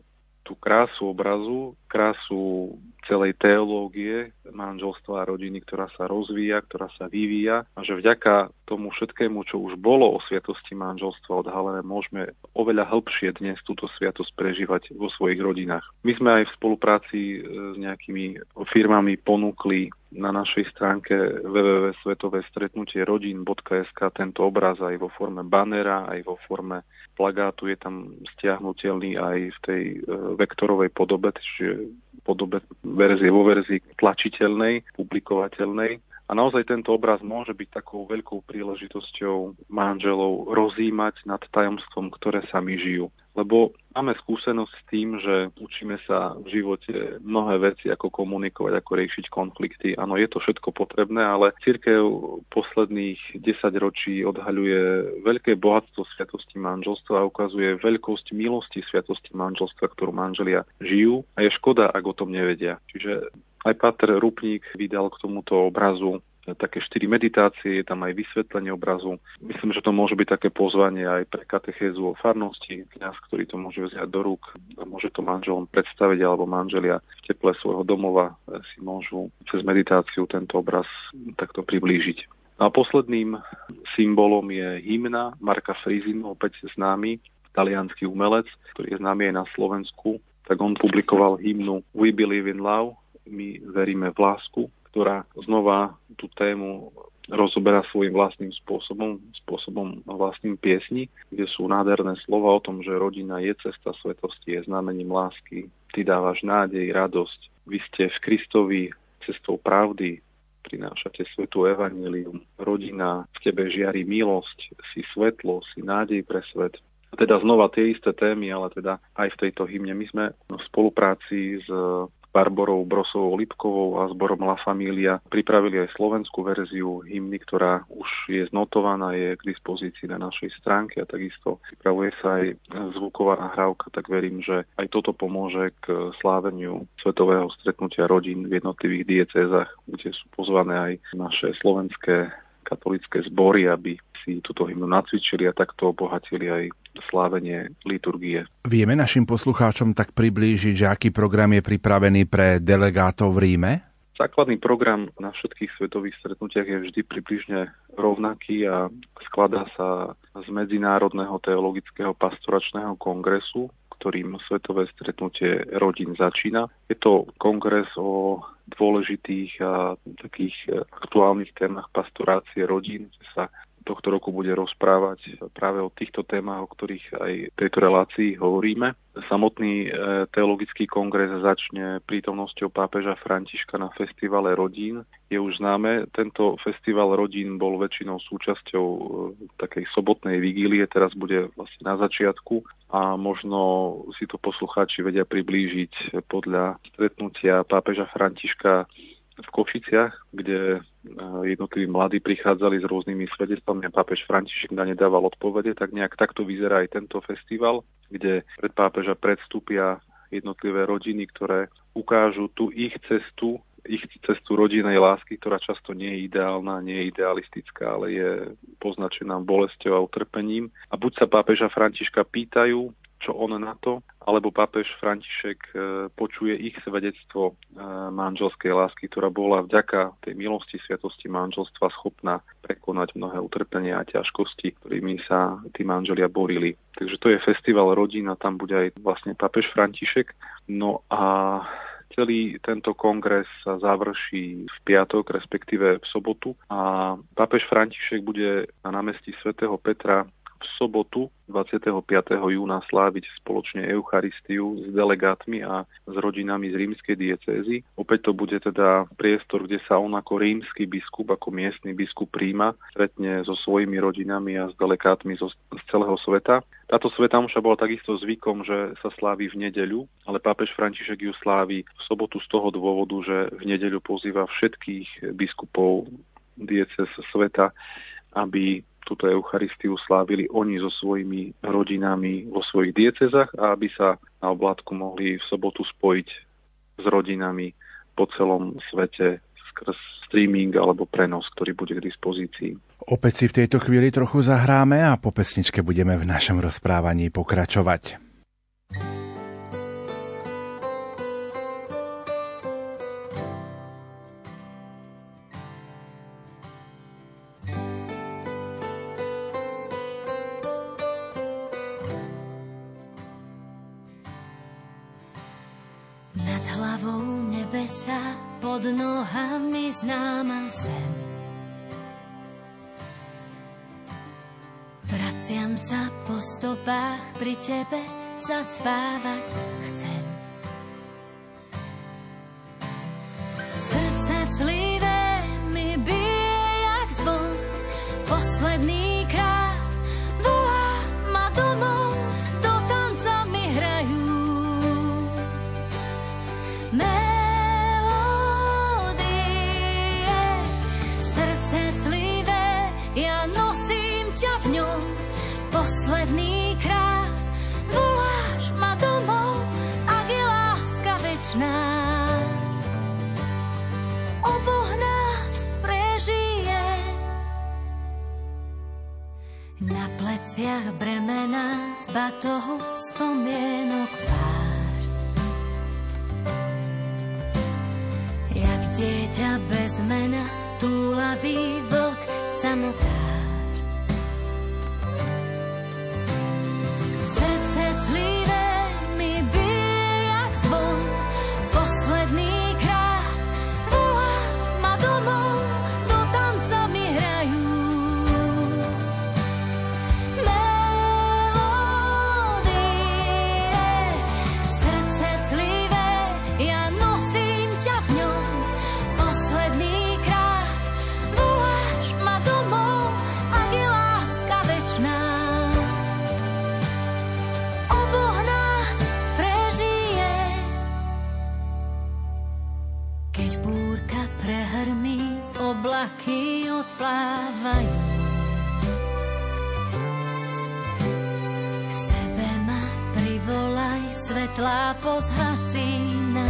tú krásu obrazu, krásu celej teológie manželstva a rodiny, ktorá sa rozvíja, ktorá sa vyvíja, a že vďaka tomu všetkému, čo už bolo o sviatosti manželstva odhalené, môžeme oveľa hĺbšie dnes túto sviatosť prežívať vo svojich rodinách. My sme aj v spolupráci s nejakými firmami ponúkli na našej stránke w w w bodka svetové stretnutie rodín bodka es ká tento obraz aj vo forme banera, aj vo forme plagátu. Je tam stiahnutelný aj v tej vektorovej podobe, čiže podobe verzie vo verzii tlačiteľnej, publikovateľnej. A naozaj tento obraz môže byť takou veľkou príležitosťou manželov rozímať nad tajomstvom, ktoré sami žijú. Lebo máme skúsenosť s tým, že učíme sa v živote mnohé veci, ako komunikovať, ako riešiť konflikty. Áno, je to všetko potrebné, ale cirkev posledných desaťročí odhaľuje veľké bohatstvo sviatosti manželstva a ukazuje veľkosť milosti sviatosti manželstva, ktorú manželia žijú. A je škoda, ak o tom nevedia. Čiže Aj páter Rupník vydal k tomuto obrazu také štyri meditácie, je tam aj vysvetlenie obrazu. Myslím, že to môže byť také pozvanie aj pre katechézu o farnosti, kňaz, ktorý to môže vziať do rúk, môže to manželom predstaviť, alebo manželia v teple svojho domova si môžu cez meditáciu tento obraz takto priblížiť. A posledným symbolom je hymna Marka Frizinu, opäť známy taliansky umelec, ktorý je známy aj na Slovensku. Tak on publikoval hymnu We Believe in Love, my veríme v lásku, ktorá znova tú tému rozoberá svojím vlastným spôsobom, spôsobom vlastným piesni, kde sú nádherné slova o tom, že rodina je cesta svetosti, je znamením lásky. Ty dávaš nádej, radosť. Vy ste v Kristovi cestou pravdy, prinášate svätú evanjelium. Rodina, v tebe žiari milosť, si svetlo, si nádej pre svet. A teda znova tie isté témy, ale teda aj v tejto hymne. My sme v spolupráci s Barborou Brosovou Lipkovou a zborom La Familia pripravili aj slovenskú verziu hymny, ktorá už je znotovaná, je k dispozícii na našej stránke a takisto pripravuje sa aj zvuková nahrávka, tak verím, že aj toto pomôže k sláveniu svetového stretnutia rodín v jednotlivých diecézach, kde sú pozvané aj naše slovenské katolícke zbory, aby si túto hymnu nacvičili a takto obohatili aj slávenie liturgie.
Vieme našim poslucháčom tak priblížiť, že aký program je pripravený pre delegátov v Ríme?
Základný program na všetkých svetových stretnutiach je vždy približne rovnaký a skladá sa z Medzinárodného teologického pastoračného kongresu, ktorým svetové stretnutie rodín začína. Je to kongres o dôležitých a takých aktuálnych témach pastorácie rodín, kde sa tohto roku bude rozprávať práve o týchto témach, o ktorých aj v tejto relácii hovoríme. Samotný teologický kongres začne prítomnosťou pápeža Františka na festivale rodín. Je už známe, tento festival rodín bol väčšinou súčasťou takej sobotnej vigílie, teraz bude vlastne na začiatku a možno si to poslucháči vedia priblížiť podľa stretnutia pápeža Františka v Košiciach, kde jednotliví mladí prichádzali s rôznymi svedectvami a pápež František na ne dával odpovede, tak nejak takto vyzerá aj tento festival, kde pred pápeža predstúpia jednotlivé rodiny, ktoré ukážu tú ich cestu, ich cestu rodinnej lásky, ktorá často nie je ideálna, nie je idealistická, ale je poznačená bolesťou a utrpením. A buď sa pápeža Františka pýtajú, čo on na to, alebo pápež František počuje ich svedectvo manželskej lásky, ktorá bola vďaka tej milosti sviatosti manželstva schopná prekonať mnohé utrpenia a ťažkosti, ktorými sa tí manželia borili. Takže to je festival rodín a tam bude aj vlastne pápež František. No a celý tento kongres sa završí v piatok, respektíve v sobotu a pápež František bude na námestí svätého Petra v sobotu dvadsiateho piateho júna sláviť spoločne Eucharistiu s delegátmi a s rodinami z rímskej diecézy. Opäť to bude teda priestor, kde sa on ako rímsky biskup, ako miestny biskup Ríma stretne so svojimi rodinami a s delegátmi zo, z celého sveta. Táto svätá omša bola takisto zvykom, že sa slávi v nedeľu, ale pápež František ju slávi v sobotu z toho dôvodu, že v nedeľu pozýva všetkých biskupov diecéz sveta, aby túto Eucharistiu slávili oni so svojimi rodinami vo svojich diecezách a aby sa na oblátku mohli v sobotu spojiť s rodinami po celom svete skrz streaming alebo prenos, ktorý bude k dispozícii.
Opäť si v tejto chvíli trochu zahráme a po pesničke budeme v našom rozprávaní pokračovať.
Nad hlavou nebesa, pod nohami známa zem. Vraciam sa po stopách, pri tebe zaspávať chcem. Srdce clivé mi bije jak zvon, posledný krát volá ma domov, do tanca mi hrajú melódie. Srdce clivé, ja nosím ťa v ňom, posledný krát voláš ma domov a pleciach bremena, v batohu spomienok pár. Jak dieťa bez mena, túlavý vlk v samotách. Srdce clivé mi bije jak zvon, posledný krát volá ma domov, do tanca mi hrajú melódie. Srdce clivé, ja nosím ťa v ňom, posledný krát voláš ma domov, ak je láska večná. Oboh nás prežije, keď búrka prehrmí, oblaky odplávajú. K sebe ma privolaj, svetlá pozhasí na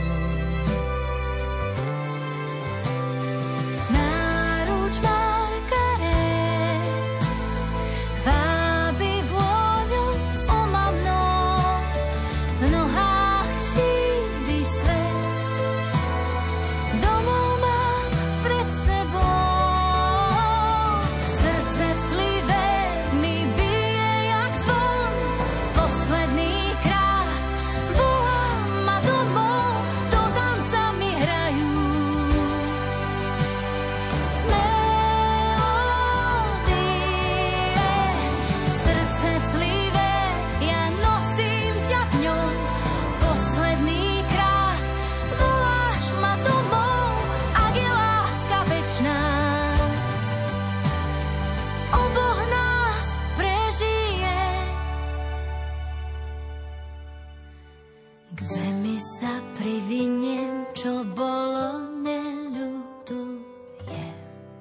náruč margaret, vábi vôňou omamnou, v nohách šíriš svet, domov mám pred sebou. Srdce clivé mi bije jak zvon, posledný krát volá ma domov, do tanca mi hrajú melódie. Srdce clivé, ja nosím ťa v ňom, posledný krát voláš ma domov, ak je láska večná. Oboh nás prežije, k zemi sa priviniem, čo bolo neľutujem.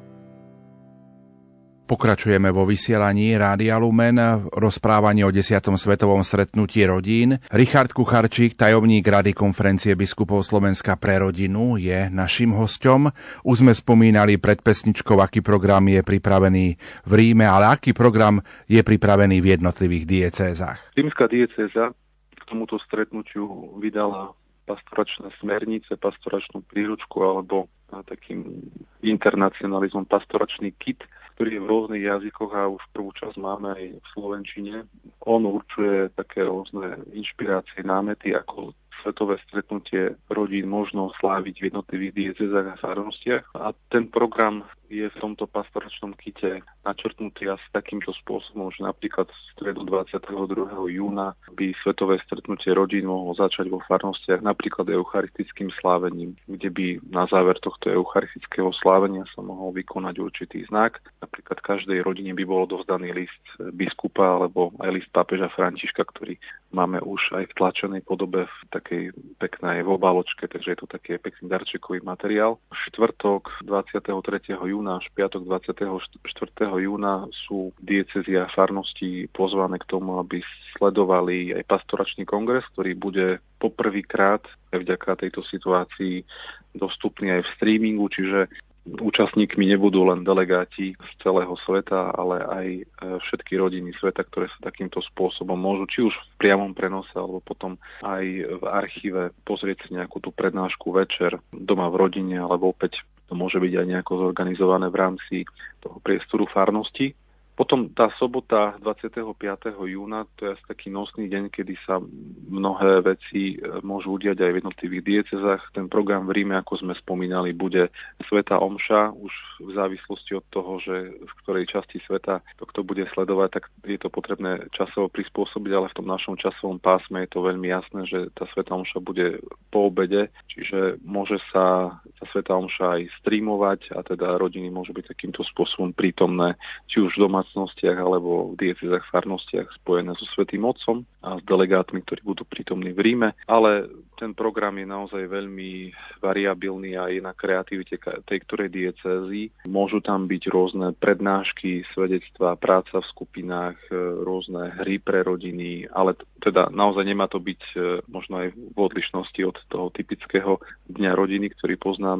Pokračujeme vo vysielaní Rádia Lumen v rozprávaní o desiatom svetovom stretnutí rodín. Richard Kucharčík, tajomník Rady konferencie biskupov Slovenska pre rodinu, je naším hosťom. Už sme spomínali pred pesničkou, aký program je pripravený v Ríme, ale aký program je pripravený v jednotlivých diecézach.
Rímska diecéza k tomuto stretnutiu vydala pastoračné smernice, pastoračnú príručku alebo takým internacionalizmom pastoračný kit, ktorý je v rôznych jazykoch a už prvú časť máme aj v slovenčine. On určuje také rôzne inšpirácie, námety, ako svetové stretnutie rodín možno sláviť v jednotlivých diecézach a farnostiach. A ten program je v tomto pastoračnom kite načrtnutý asi takýmto spôsobom, že napríklad v stredu dvadsiateho druhého júna by svetové stretnutie rodín mohlo začať vo farnostiach napríklad eucharistickým slávením, kde by na záver tohto eucharistického slávenia sa mohol vykonať určitý znak. Napríklad každej rodine by bol dovzdaný list biskupa alebo aj list pápeža Františka, ktorý máme už aj v tlačenej podobe v takej peknej v obaločke, takže je to taký pekný darčekový materiál. V štvrtok dvadsiateho tretieho júna až piatok dvadsiateho štvrtého júna sú diecézy a farnosti pozvané k tomu, aby sledovali aj pastoračný kongres, ktorý bude poprvýkrát aj vďaka tejto situácii dostupný aj v streamingu, čiže účastníkmi nebudú len delegáti z celého sveta, ale aj všetky rodiny sveta, ktoré sa takýmto spôsobom môžu, či už v priamom prenose, alebo potom aj v archíve pozrieť si nejakú tú prednášku večer doma v rodine, alebo opäť to môže byť aj nejako zorganizované v rámci toho priestoru farnosti. Potom tá sobota dvadsiateho piateho júna, to je asi taký nosný deň, kedy sa mnohé veci môžu udiať aj v jednotlivých diecezách. Ten program v Ríme, ako sme spomínali, bude svätá omša. Už v závislosti od toho, že v ktorej časti sveta to kto bude sledovať, tak je to potrebné časovo prispôsobiť, ale v tom našom časovom pásme je to veľmi jasné, že tá svätá omša bude po obede, čiže môže sa tá svätá omša aj streamovať a teda rodiny môžu byť takýmto spôsobom prítomné, či už v domácnostiach alebo v diecézach, farnostiach spojené so Svätým Otcom a s delegátmi, ktorí budú prítomní v Ríme, ale ten program je naozaj veľmi variabilný a je na kreativite tej ktorej diecézy. Môžu tam byť rôzne prednášky, svedectvá, práca v skupinách, rôzne hry pre rodiny, ale teda naozaj nemá to byť možno aj v odlišnosti od toho typického dňa rodiny, ktorý poznáme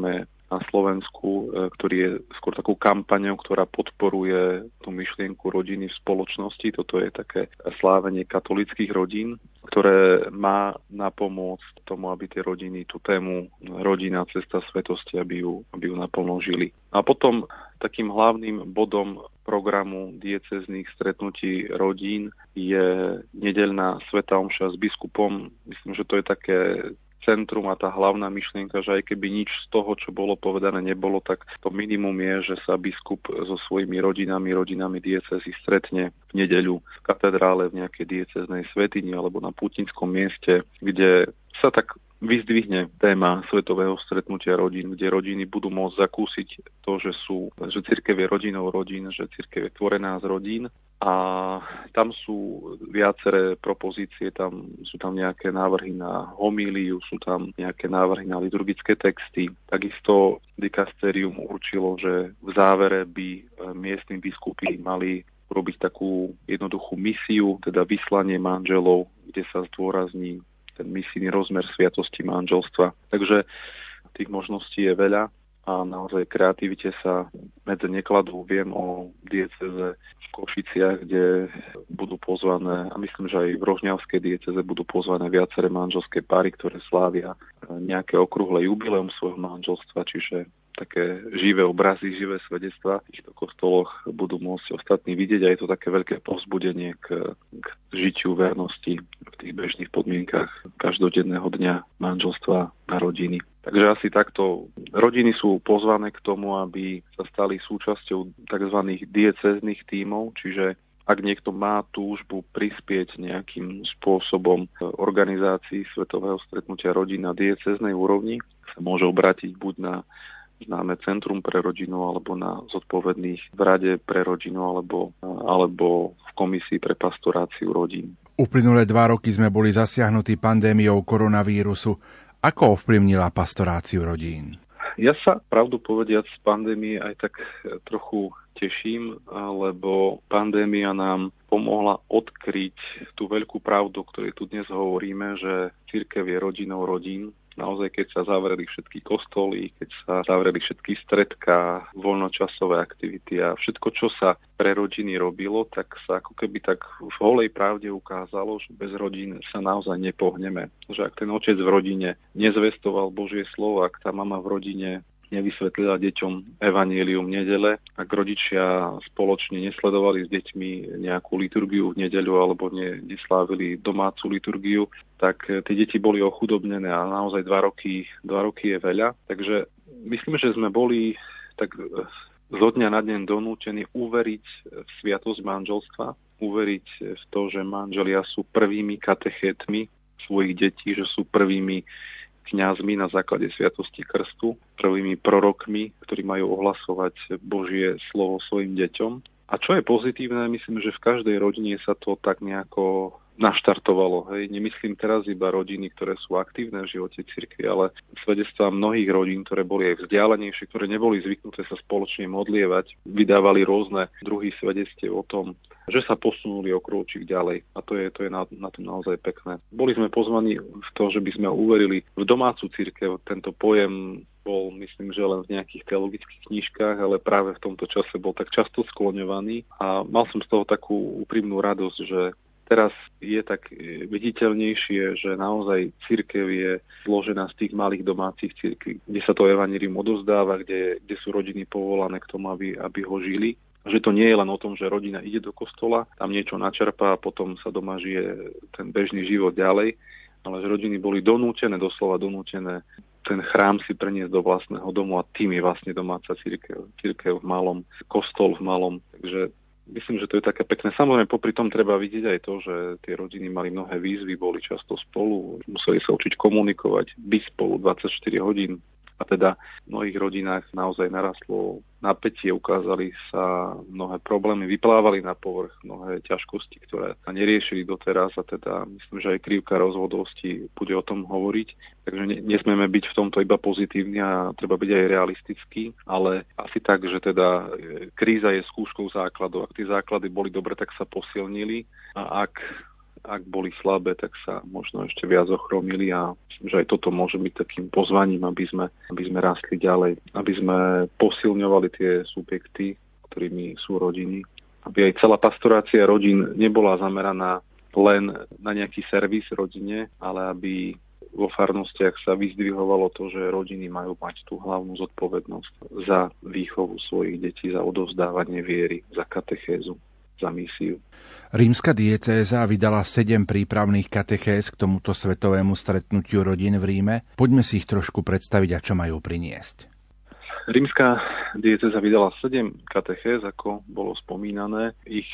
na Slovensku, ktorý je skôr takou kampaňou, ktorá podporuje tú myšlienku rodiny v spoločnosti. Toto je také slávenie katolíckych rodín, ktoré má napomôcť tomu, aby tie rodiny, tú tému rodina, cesta svetosti, aby ju, aby ju naplno žili. A potom takým hlavným bodom programu diecéznych stretnutí rodín je nedeľná svätá omša s biskupom. Myslím, že to je také centrum a tá hlavná myšlienka, že aj keby nič z toho, čo bolo povedané, nebolo, tak to minimum je, že sa biskup so svojimi rodinami, rodinami diecézy stretne v nedeľu v katedrále v nejakej diecéznej svätyni alebo na pútnickom mieste, kde sa tak vyzdvihne téma svetového stretnutia rodín, kde rodiny budú môcť zakúsiť to, že sú, že cirkev je rodinou rodín, že cirkev je tvorená z rodín. A tam sú viaceré propozície, tam sú tam nejaké návrhy na homíliu, sú tam nejaké návrhy na liturgické texty. Takisto dikasterium určilo, že v závere by miestni biskupy mali robiť takú jednoduchú misiu, teda vyslanie manželov, kde sa zdôrazní ten misijný rozmer sviatosti manželstva. Takže tých možností je veľa a naozaj kreativite sa medze nekladú. Viem o diecéze v Košiciach, kde budú pozvané, a myslím, že aj v Rožňavskej diecéze budú pozvané viaceré manželské páry, ktoré slávia nejaké okrúhle jubileum svojho manželstva, čiže také živé obrazy, živé svedectvá v týchto kostoloch budú môcť ostatní vidieť a je to také veľké povzbudenie k, k žitiu vernosti v tých bežných podmienkach každodenného dňa manželstva a rodiny. Takže asi takto. Rodiny sú pozvané k tomu, aby sa stali súčasťou tzv. Diecéznych tímov, čiže ak niekto má túžbu prispieť nejakým spôsobom organizácii svetového stretnutia rodín na diecéznej úrovni, sa môže obrátiť buď na známe Centrum pre rodinu, alebo na zodpovedných v Rade pre rodinu, alebo, alebo v Komisii pre pastoráciu rodín.
Uplynulé dva roky sme boli zasiahnutí pandémiou koronavírusu. Ako ovplyvnila pastoráciu rodín?
Ja sa, pravdu povediac, z pandémie aj tak trochu teším, lebo pandémia nám pomohla odkryť tú veľkú pravdu, o ktorej tu dnes hovoríme, že cirkev je rodinou rodín. Naozaj, keď sa zavreli všetky kostoly, keď sa zavreli všetky stredká, voľnočasové aktivity a všetko, čo sa pre rodiny robilo, tak sa ako keby tak v holej pravde ukázalo, že bez rodín sa naozaj nepohneme. Že ak ten otec v rodine nezvestoval Božie slovo, ak tá mama v rodine nevysvetlila deťom evanjelium nedele, ak rodičia spoločne nesledovali s deťmi nejakú liturgiu v nedeľu alebo ne, neslávili domácu liturgiu, tak tie deti boli ochudobnené a naozaj dva roky, dva roky je veľa. Takže myslím, že sme boli tak zo dňa na deň donútení uveriť v sviatosť manželstva, uveriť v to, že manželia sú prvými katechétmi svojich detí, že sú prvými kňazmi na základe sviatosti krstu, prvými prorokmi, ktorí majú ohlasovať Božie slovo svojim deťom. A čo je pozitívne, myslím, že v každej rodine sa to tak nejako naštartovalo. Hej. Nemyslím teraz iba rodiny, ktoré sú aktívne v živote cirkvi, ale svedectvá mnohých rodín, ktoré boli aj vzdialenejšie, ktoré neboli zvyknuté sa spoločne modlievať, vydávali rôzne druhy svedectiev o tom, že sa posunuli o krôčik ďalej. A to je, to je na, na tom naozaj pekné. Boli sme pozvaní v to, že by sme uverili v domácu cirkev. Tento pojem bol, myslím, že len v nejakých teologických knižkách, ale práve v tomto čase bol tak často skloňovaný. A mal som z toho takú úprimnú radosť, že teraz je tak viditeľnejšie, že naozaj cirkev je zložená z tých malých domácich cirkví, kde sa to evanjelium odovzdáva, kde, kde sú rodiny povolané k tomu, aby, aby ho žili. Že to nie je len o tom, že rodina ide do kostola, tam niečo načerpá a potom sa doma žije ten bežný život ďalej, ale že rodiny boli donútené, doslova donútené ten chrám si preniesť do vlastného domu a tým je vlastne domáca cirkev, cirkev v malom, kostol v malom. Takže myslím, že to je také pekné. Samozrejme, popri tom treba vidieť aj to, že tie rodiny mali mnohé výzvy, boli často spolu, museli sa učiť komunikovať, byť spolu dvadsaťštyri hodín. A teda v mnohých rodinách naozaj narastlo napätie, ukázali sa mnohé problémy, vyplávali na povrch mnohé ťažkosti, ktoré sa neriešili doteraz a teda myslím, že aj krivka rozvodosti bude o tom hovoriť. Takže nesmieme byť v tomto iba pozitívni a treba byť aj realistický, ale asi tak, že teda kríza je skúškou základov. Ak tie základy boli dobre, tak sa posilnili a ak ak boli slabé, tak sa možno ešte viac ochromili a myslím, že aj toto môže byť takým pozvaním, aby sme, aby sme rastli ďalej, aby sme posilňovali tie subjekty, ktorými sú rodiny, aby aj celá pastorácia rodín nebola zameraná len na nejaký servis rodine, ale aby vo farnostiach sa vyzdvihovalo to, že rodiny majú mať tú hlavnú zodpovednosť za výchovu svojich detí, za odovzdávanie viery, za katechézu, za misiu.
Rímska diecéza vydala sedem prípravných katechéz k tomuto svetovému stretnutiu rodín v Ríme. Poďme si ich trošku predstaviť a čo majú priniesť.
Rímska diecéza vydala sedem katechéz, ako bolo spomínané. Ich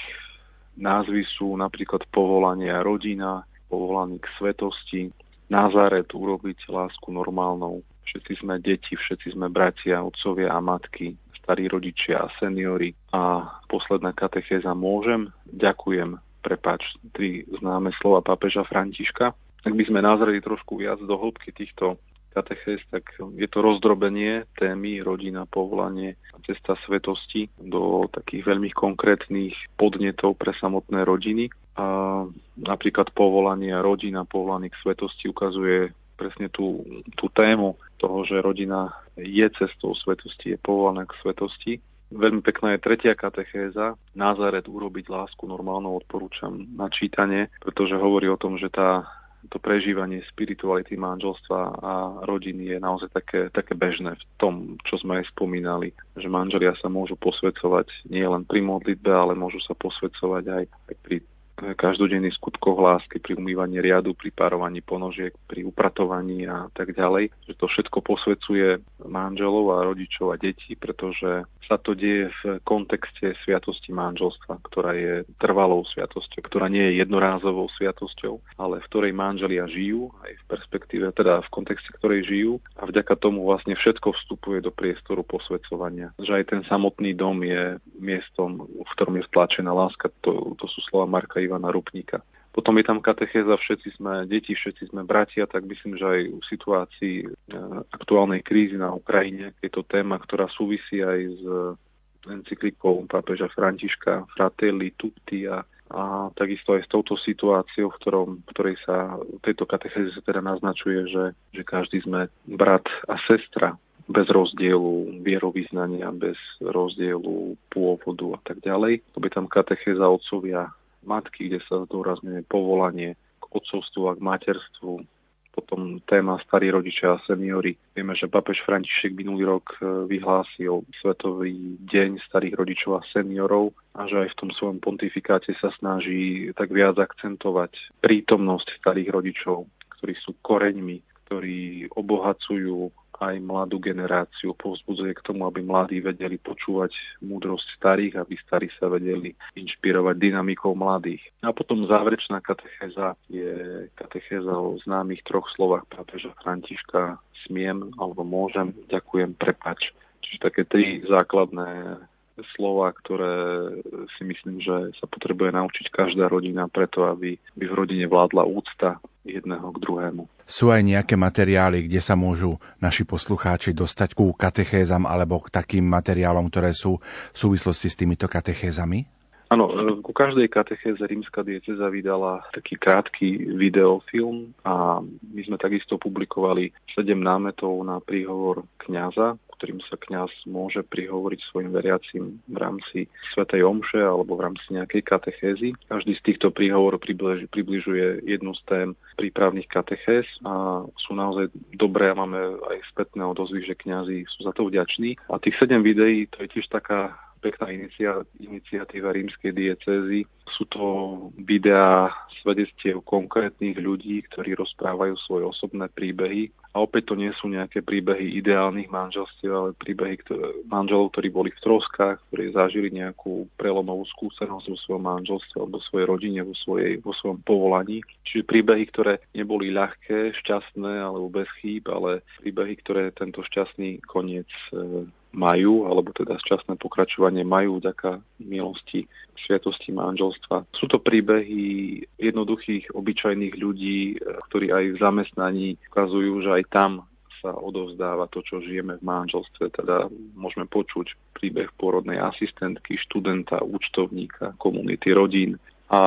názvy sú napríklad povolanie a rodina, povolaný k svetosti, Nazaret, urobiť lásku normálnou. Všetci sme deti, všetci sme bratia, otcovia a matky, starí rodičia a seniori. A posledná katechéza môžem, ďakujem, prepáč, tri známe slova pápeža Františka. Ak by sme nazreli trošku viac do hĺbky týchto katechéz, tak je to rozdrobenie témy rodina, povolanie a cesta svetosti do takých veľmi konkrétnych podnetov pre samotné rodiny. A napríklad povolanie a rodina, povolaný k svetosti ukazuje presne tú, tú tému toho, že rodina je cestou svetosti, je povolaná k svetosti. Veľmi pekná je tretia katechéza, Nazaret, urobiť lásku normálnou, odporúčam na čítanie, pretože hovorí o tom, že tá to prežívanie spirituality manželstva a rodiny je naozaj také, také bežné v tom, čo sme aj spomínali, že manželia sa môžu posväcovať nie len pri modlitbe, ale môžu sa posväcovať aj, aj pri každodenných skutkoch lásky, pri umývaní riadu, pri párovaní ponožiek, pri upratovaní a tak ďalej. Že to všetko posväcuje manželov a rodičov a detí, pretože sa to deje v kontexte sviatosti manželstva, ktorá je trvalou sviatosťou, ktorá nie je jednorázovou sviatosťou, ale v ktorej manželia žijú, aj v perspektíve, teda v kontexte ktorej žijú a vďaka tomu vlastne všetko vstupuje do priestoru posväcovania. Že aj ten samotný dom je miestom, v ktorom je stlačená láska, to, to sú slova Marka Ivana Rupníka. Potom je tam katechéza, všetci sme deti, všetci sme bratia, tak myslím, že aj v situácii aktuálnej krízy na Ukrajine je to téma, ktorá súvisí aj s encyklikou pápeža Františka Fratelli Tutti a, a takisto aj s touto situáciou, v, ktorom, v ktorej sa v tejto katechéze teda naznačuje, že, že každý sme brat a sestra bez rozdielu vierovyznania, bez rozdielu pôvodu a tak ďalej. To by tam katechéza otcovia matky, kde sa zdôrazňuje povolanie k otcovstvu a k materstvu. Potom téma starí rodičia a seniori. Vieme, že pápež František minulý rok vyhlásil Svetový deň starých rodičov a seniorov a že aj v tom svojom pontifikáte sa snaží tak viac akcentovať prítomnosť starých rodičov, ktorí sú koreňmi, ktorí obohacujú aj mladú generáciu, povzbudzuje k tomu, aby mladí vedeli počúvať múdrosť starých, aby starí sa vedeli inšpirovať dynamikou mladých. A potom záverečná katechéza je katechéza o známych troch slovách pápeža Františka: smiem alebo môžem, ďakujem, prepáč. Čiže také tri základné slova, ktoré si myslím, že sa potrebuje naučiť každá rodina preto, aby, aby v rodine vládla úcta jedného k druhému.
Sú aj nejaké materiály, kde sa môžu naši poslucháči dostať ku katechézam alebo k takým materiálom, ktoré sú v súvislosti s týmito katechézami?
Áno, ku každej katechéze rímska diecéza vydala taký krátky videofilm a my sme takisto publikovali sedem námetov na príhovor kňaza, ktorým sa kňaz môže prihovoriť svojim veriacim v rámci svätej omše alebo v rámci nejakej katechézy. Každý z týchto príhovorov približ, približuje jednu z tém prípravných katechéz a sú naozaj dobré a máme aj spätné odozvy, že kňazi sú za to vďační. A tých sedem videí, to je tiež taká pekná iniciatíva rímskej diecézy. Sú to videá svedectiev konkrétnych ľudí, ktorí rozprávajú svoje osobné príbehy. A opäť to nie sú nejaké príbehy ideálnych manželstiev, ale príbehy ktoré, manželov, ktorí boli v troskách, ktorí zažili nejakú prelomovú skúsenosť vo svojom manželstve alebo vo svojej rodine, vo, svojej, vo svojom povolaní. Čiže príbehy, ktoré neboli ľahké, šťastné alebo bez chýb, ale príbehy, ktoré tento šťastný koniec majú, alebo teda šťastné pokračovanie majú vďaka milosti, sviatosti manželstva. Sú to príbehy jednoduchých, obyčajných ľudí, ktorí aj v zamestnaní ukazujú, že aj tam sa odovzdáva to, čo žijeme v manželstve. Teda môžeme počuť príbeh pôrodnej asistentky, študenta, účtovníka, komunity rodín. A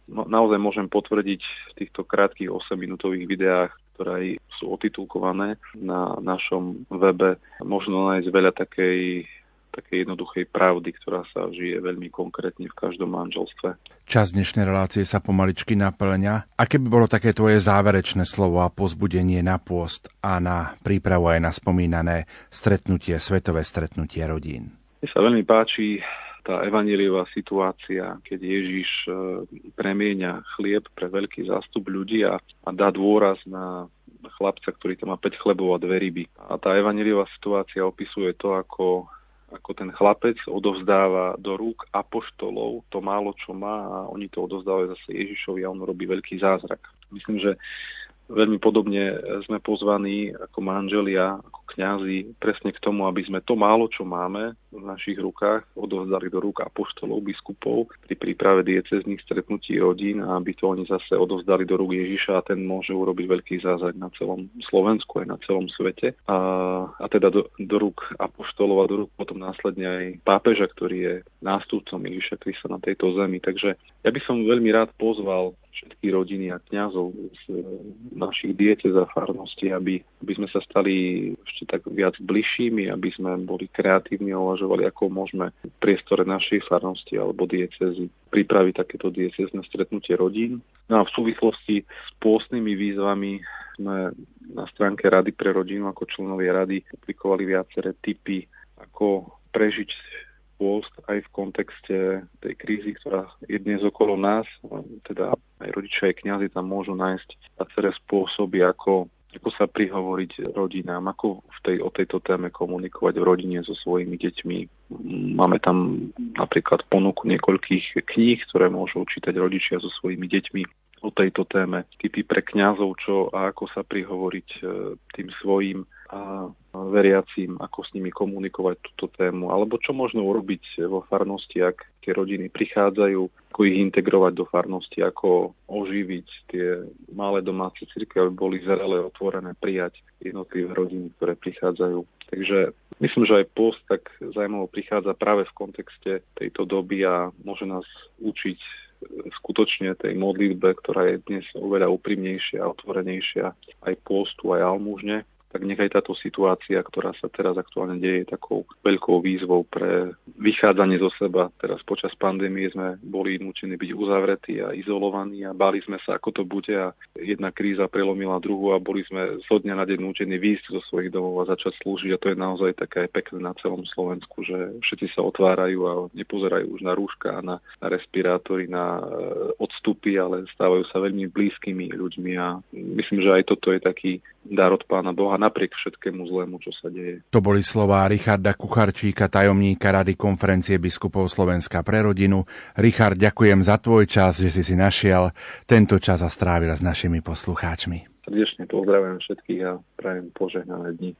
no, naozaj môžem potvrdiť v týchto krátkych osemminútových videách, ktoré sú otitulkované na našom webe, možno nájsť veľa takej, takej jednoduchej pravdy, ktorá sa žije veľmi konkrétne v každom manželstve.
Čas dnešnej relácie sa pomaličky naplňa. Aké by bolo také tvoje záverečné slovo a povzbudenie na pôst a na prípravu aj na spomínané stretnutie, svetové stretnutie rodín?
Mne sa veľmi páči tá evanjeliová situácia, keď Ježiš premieňa chlieb pre veľký zástup ľudí a, a dá dôraz na chlapca, ktorý tam má päť chlebov a dve ryby. A tá evanjeliová situácia opisuje to, ako, ako ten chlapec odovzdáva do rúk apoštolov to málo, čo má, a oni to odovzdávajú zase Ježišovi a on robí veľký zázrak. Myslím, že veľmi podobne sme pozvaní ako manželia, ako kňazi, presne k tomu, aby sme to málo, čo máme v našich rukách, odovzdali do rúk apoštolov, biskupov pri príprave diecéznych stretnutí rodín, a aby to oni zase odovzdali do rúk Ježiša, a ten môže urobiť veľký zázrak na celom Slovensku aj na celom svete. A, a teda do, do rúk apoštolov a do rúk potom následne aj pápeža, ktorý je nástupcom Ježiša Krista na tejto zemi. Takže ja by som veľmi rád pozval všetky rodiny a kňazov z našich diecéz a farností, aby, aby sme sa stali ešte tak viac bližšími, aby sme boli kreatívni a uvažovali, ako môžeme v priestore našej farnosti alebo diecézy pripraviť takéto diecézne stretnutie rodín. No a v súvislosti s pôstnymi výzvami sme na stránke Rady pre rodinu ako členovia rady publikovali viaceré tipy, ako prežiť pôst aj v kontexte tej krízy, ktorá je dnes okolo nás. Teda aj rodičia, aj kňazi tam môžu nájsť viaceré spôsoby, ako, ako sa prihovoriť rodinám, ako v tej, o tejto téme komunikovať v rodine so svojimi deťmi. Máme tam napríklad ponuku niekoľkých kníh, ktoré môžu čítať rodičia so svojimi deťmi o tejto téme. Tipy pre kňazov, čo a ako sa prihovoriť tým svojim a veriacím, ako s nimi komunikovať túto tému, alebo čo možno urobiť vo farnosti, ak tie rodiny prichádzajú, ako ich integrovať do farnosti, ako oživiť tie malé domáce cirkvi, aby boli zrelé, otvorené, prijať jednotlivé rodiny, ktoré prichádzajú. Takže myslím, že aj post tak zaujímavo prichádza práve v kontexte tejto doby a môže nás učiť skutočne tej modlitbe, ktorá je dnes oveľa úprimnejšia a otvorenejšia aj postu, aj almužne. Tak nech aj táto situácia, ktorá sa teraz aktuálne deje, takou veľkou výzvou pre vychádzanie zo seba. Teraz počas pandémie sme boli nútení byť uzavretí a izolovaní a báli sme sa, ako to bude, a jedna kríza prelomila druhú a boli sme zo dňa na deň nútení výjsť zo svojich domov a začať slúžiť, a to je naozaj také pekné na celom Slovensku, že všetci sa otvárajú a nepozerajú už na rúška a na, na respirátory, na odstupy, ale stávajú sa veľmi blízkymi ľuďmi, a myslím, že aj toto je taký dar od Pána Boha napriek všetkému zlému, čo sa deje. To
boli slová Richarda Kucharčíka, tajomníka Rady konferencie biskupov Slovenska pre rodinu. Richard, ďakujem za tvoj čas, že si si našiel tento čas a strávil s našimi poslucháčmi.
Srdečne pozdravujem všetkých a prajem požehnané dni.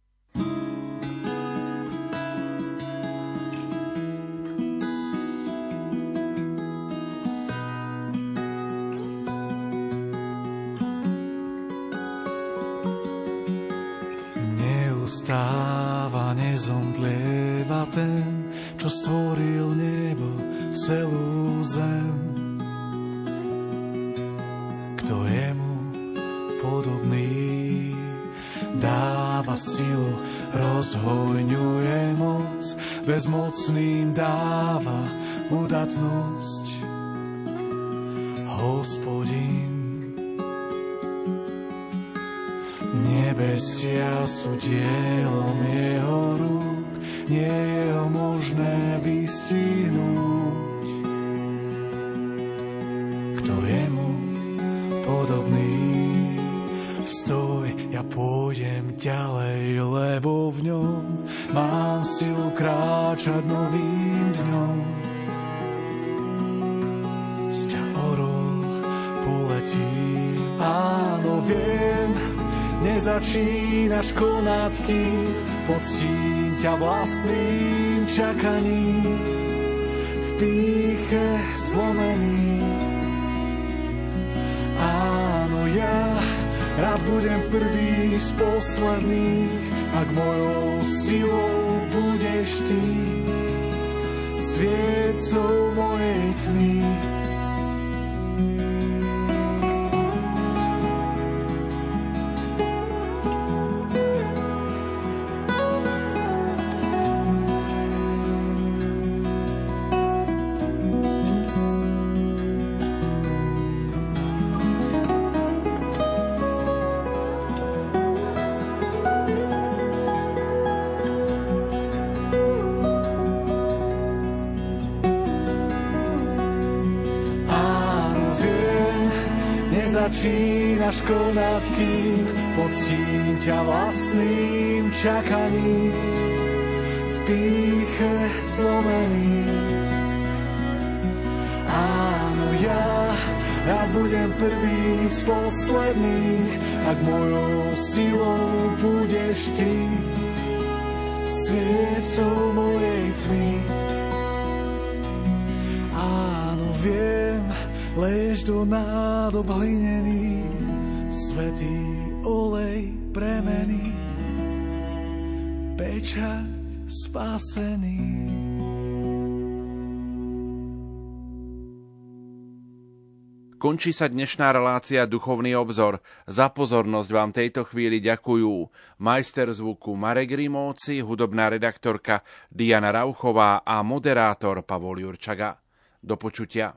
Stáva, nezomdlieva ten, čo stvoril nebo, celú zem. Kto je mu podobný, dáva silu, rozhojňuje moc, bezmocným dáva udatnosť. Hospodin, nebesia sú dielom jeho rúk, nie je ho možné vystihnúť. Kto je mu podobný? Stoj, ja pôjdem ďalej, lebo v ňom mám silu kráčať novým dňom. Z ťa orol poletí, áno, viem, nezačínaš konať, kým poctím ťa vlastným čakaním. V pýche zlomený, áno, ja rád budem prvý z posledných, ak mojou silou budeš ty, sviecou mojej tmy. začínaš konať, kým poctím ťa vlastným čakaním. V pýche zlomený. Áno, ja, ja budem prvý z posledných, ak mojou silou budeš ty, sviecou mojej tmy. Áno, viem, leješ do nádob hlinený, svätý olej premení, pečať spasený.
Končí sa dnešná relácia Duchovný obzor. Za pozornosť vám tejto chvíli ďakujú majster zvuku Marek Rimóci, hudobná redaktorka Diana Rauchová a moderátor Pavol Jurčaga. Do počutia.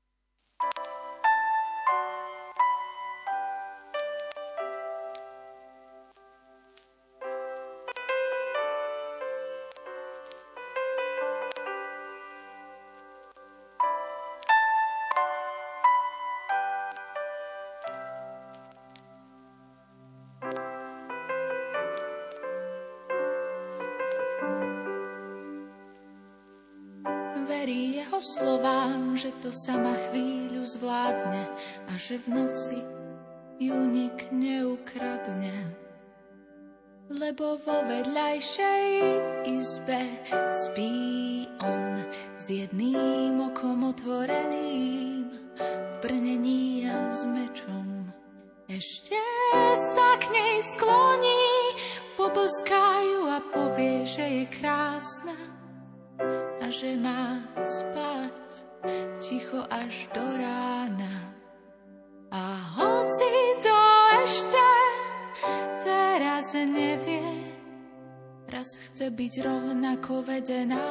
Verí jeho slovám, že to sama chvíľu zvládne a že v noci ju nik neukradne. Lebo vo vedľajšej izbe spí on s jedným okom otvoreným, v brnení a s mečom. Ešte sa k nej skloní, poboská ju a povie, že je krásna a že má spať ticho až do rána. A hoci to ešte teraz nevie, raz chce byť rovnako vedená,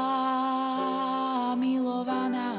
milovaná.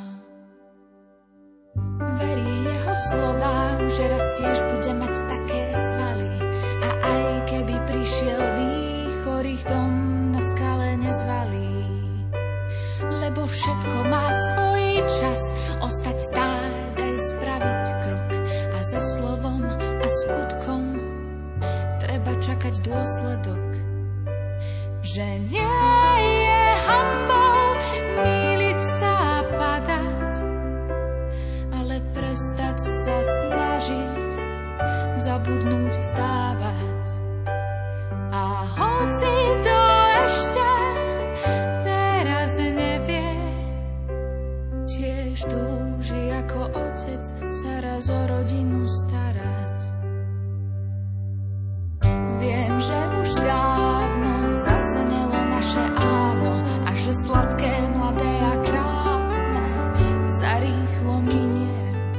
Verí jeho slovám, že raz tiež bude mať také svaly, a aj keby prišiel výchor, ich dom na skale nezvalí. Lebo všetko má svoj čas, ostať stáť aj spraviť krok, a za slovom a skutkom treba čakať dôsledok. Že nie je hanbou mýliť sa a padať, ale prestať sa snažiť, zabudnúť vstávať. A hoci to ešte teraz nevie, tiež túži ako otec sa raz o rodinu starať. Viem, že už dávno zaznelo naše áno a že sladké, mladé a krásne sa rýchlo minie.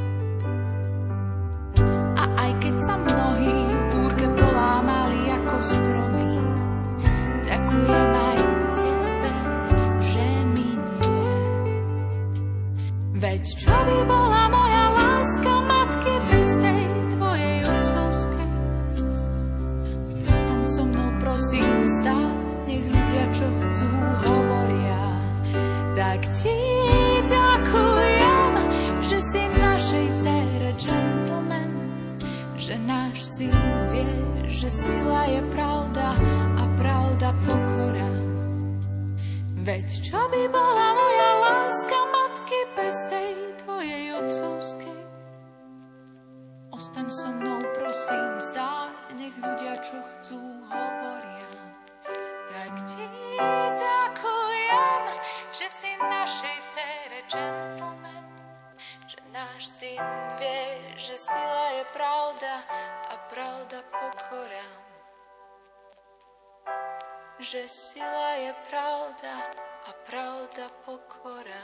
A aj keď sa mnohí v búrke polámali ako stromy, ďakujem aj tebe, že minie. Veď čo by bola moja láska matky bez tej tvojej otcovskej? Zostaň so mnou, prosím, stáť, nech ľudia, čo chcú, hovoria. Tak ti ďakujem, že si našej dcére gentleman, že náš syn vie, že sila je pravda a pravda pokora. Veď čo by bola moja láska matky bez tej tvojej otcovskej? Ostaň so mnou, prosím, stáť, nech ľudia, čo chcú, hovoria. Tak ti ďakujem, že si našej dcére gentleman, že náš syn vie, že sila je pravda a pravda pokora. Že sila je pravda a pravda pokora.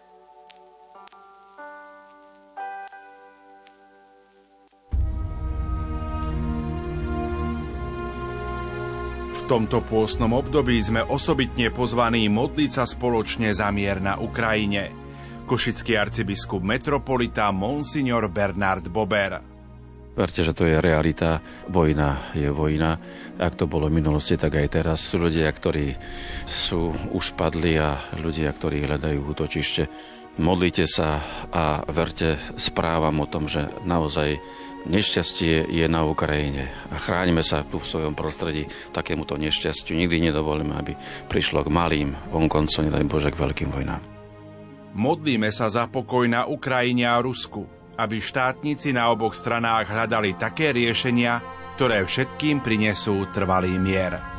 V tomto pôstnom období sme osobitne pozvaní modliť sa spoločne za mier na Ukrajine. Košický arcibiskup metropolita Monsignor Bernard Bober.
Verte, že to je realita. Vojna je vojna. Ak to bolo v minulosti, tak aj teraz sú ľudia, ktorí sú už padli a ľudia, ktorí hľadajú útočište. Modlite sa a verte správam o tom, že naozaj nešťastie je na Ukrajine a chráňme sa tu v svojom prostredí takémuto nešťastiu. Nikdy nedovolíme, aby prišlo k malým, vonkoncom, nedaj Bože, k veľkým vojnám.
Modlíme sa za pokoj na Ukrajine a Rusku, aby štátnici na oboch stranách hľadali také riešenia, ktoré všetkým prinesú trvalý mier.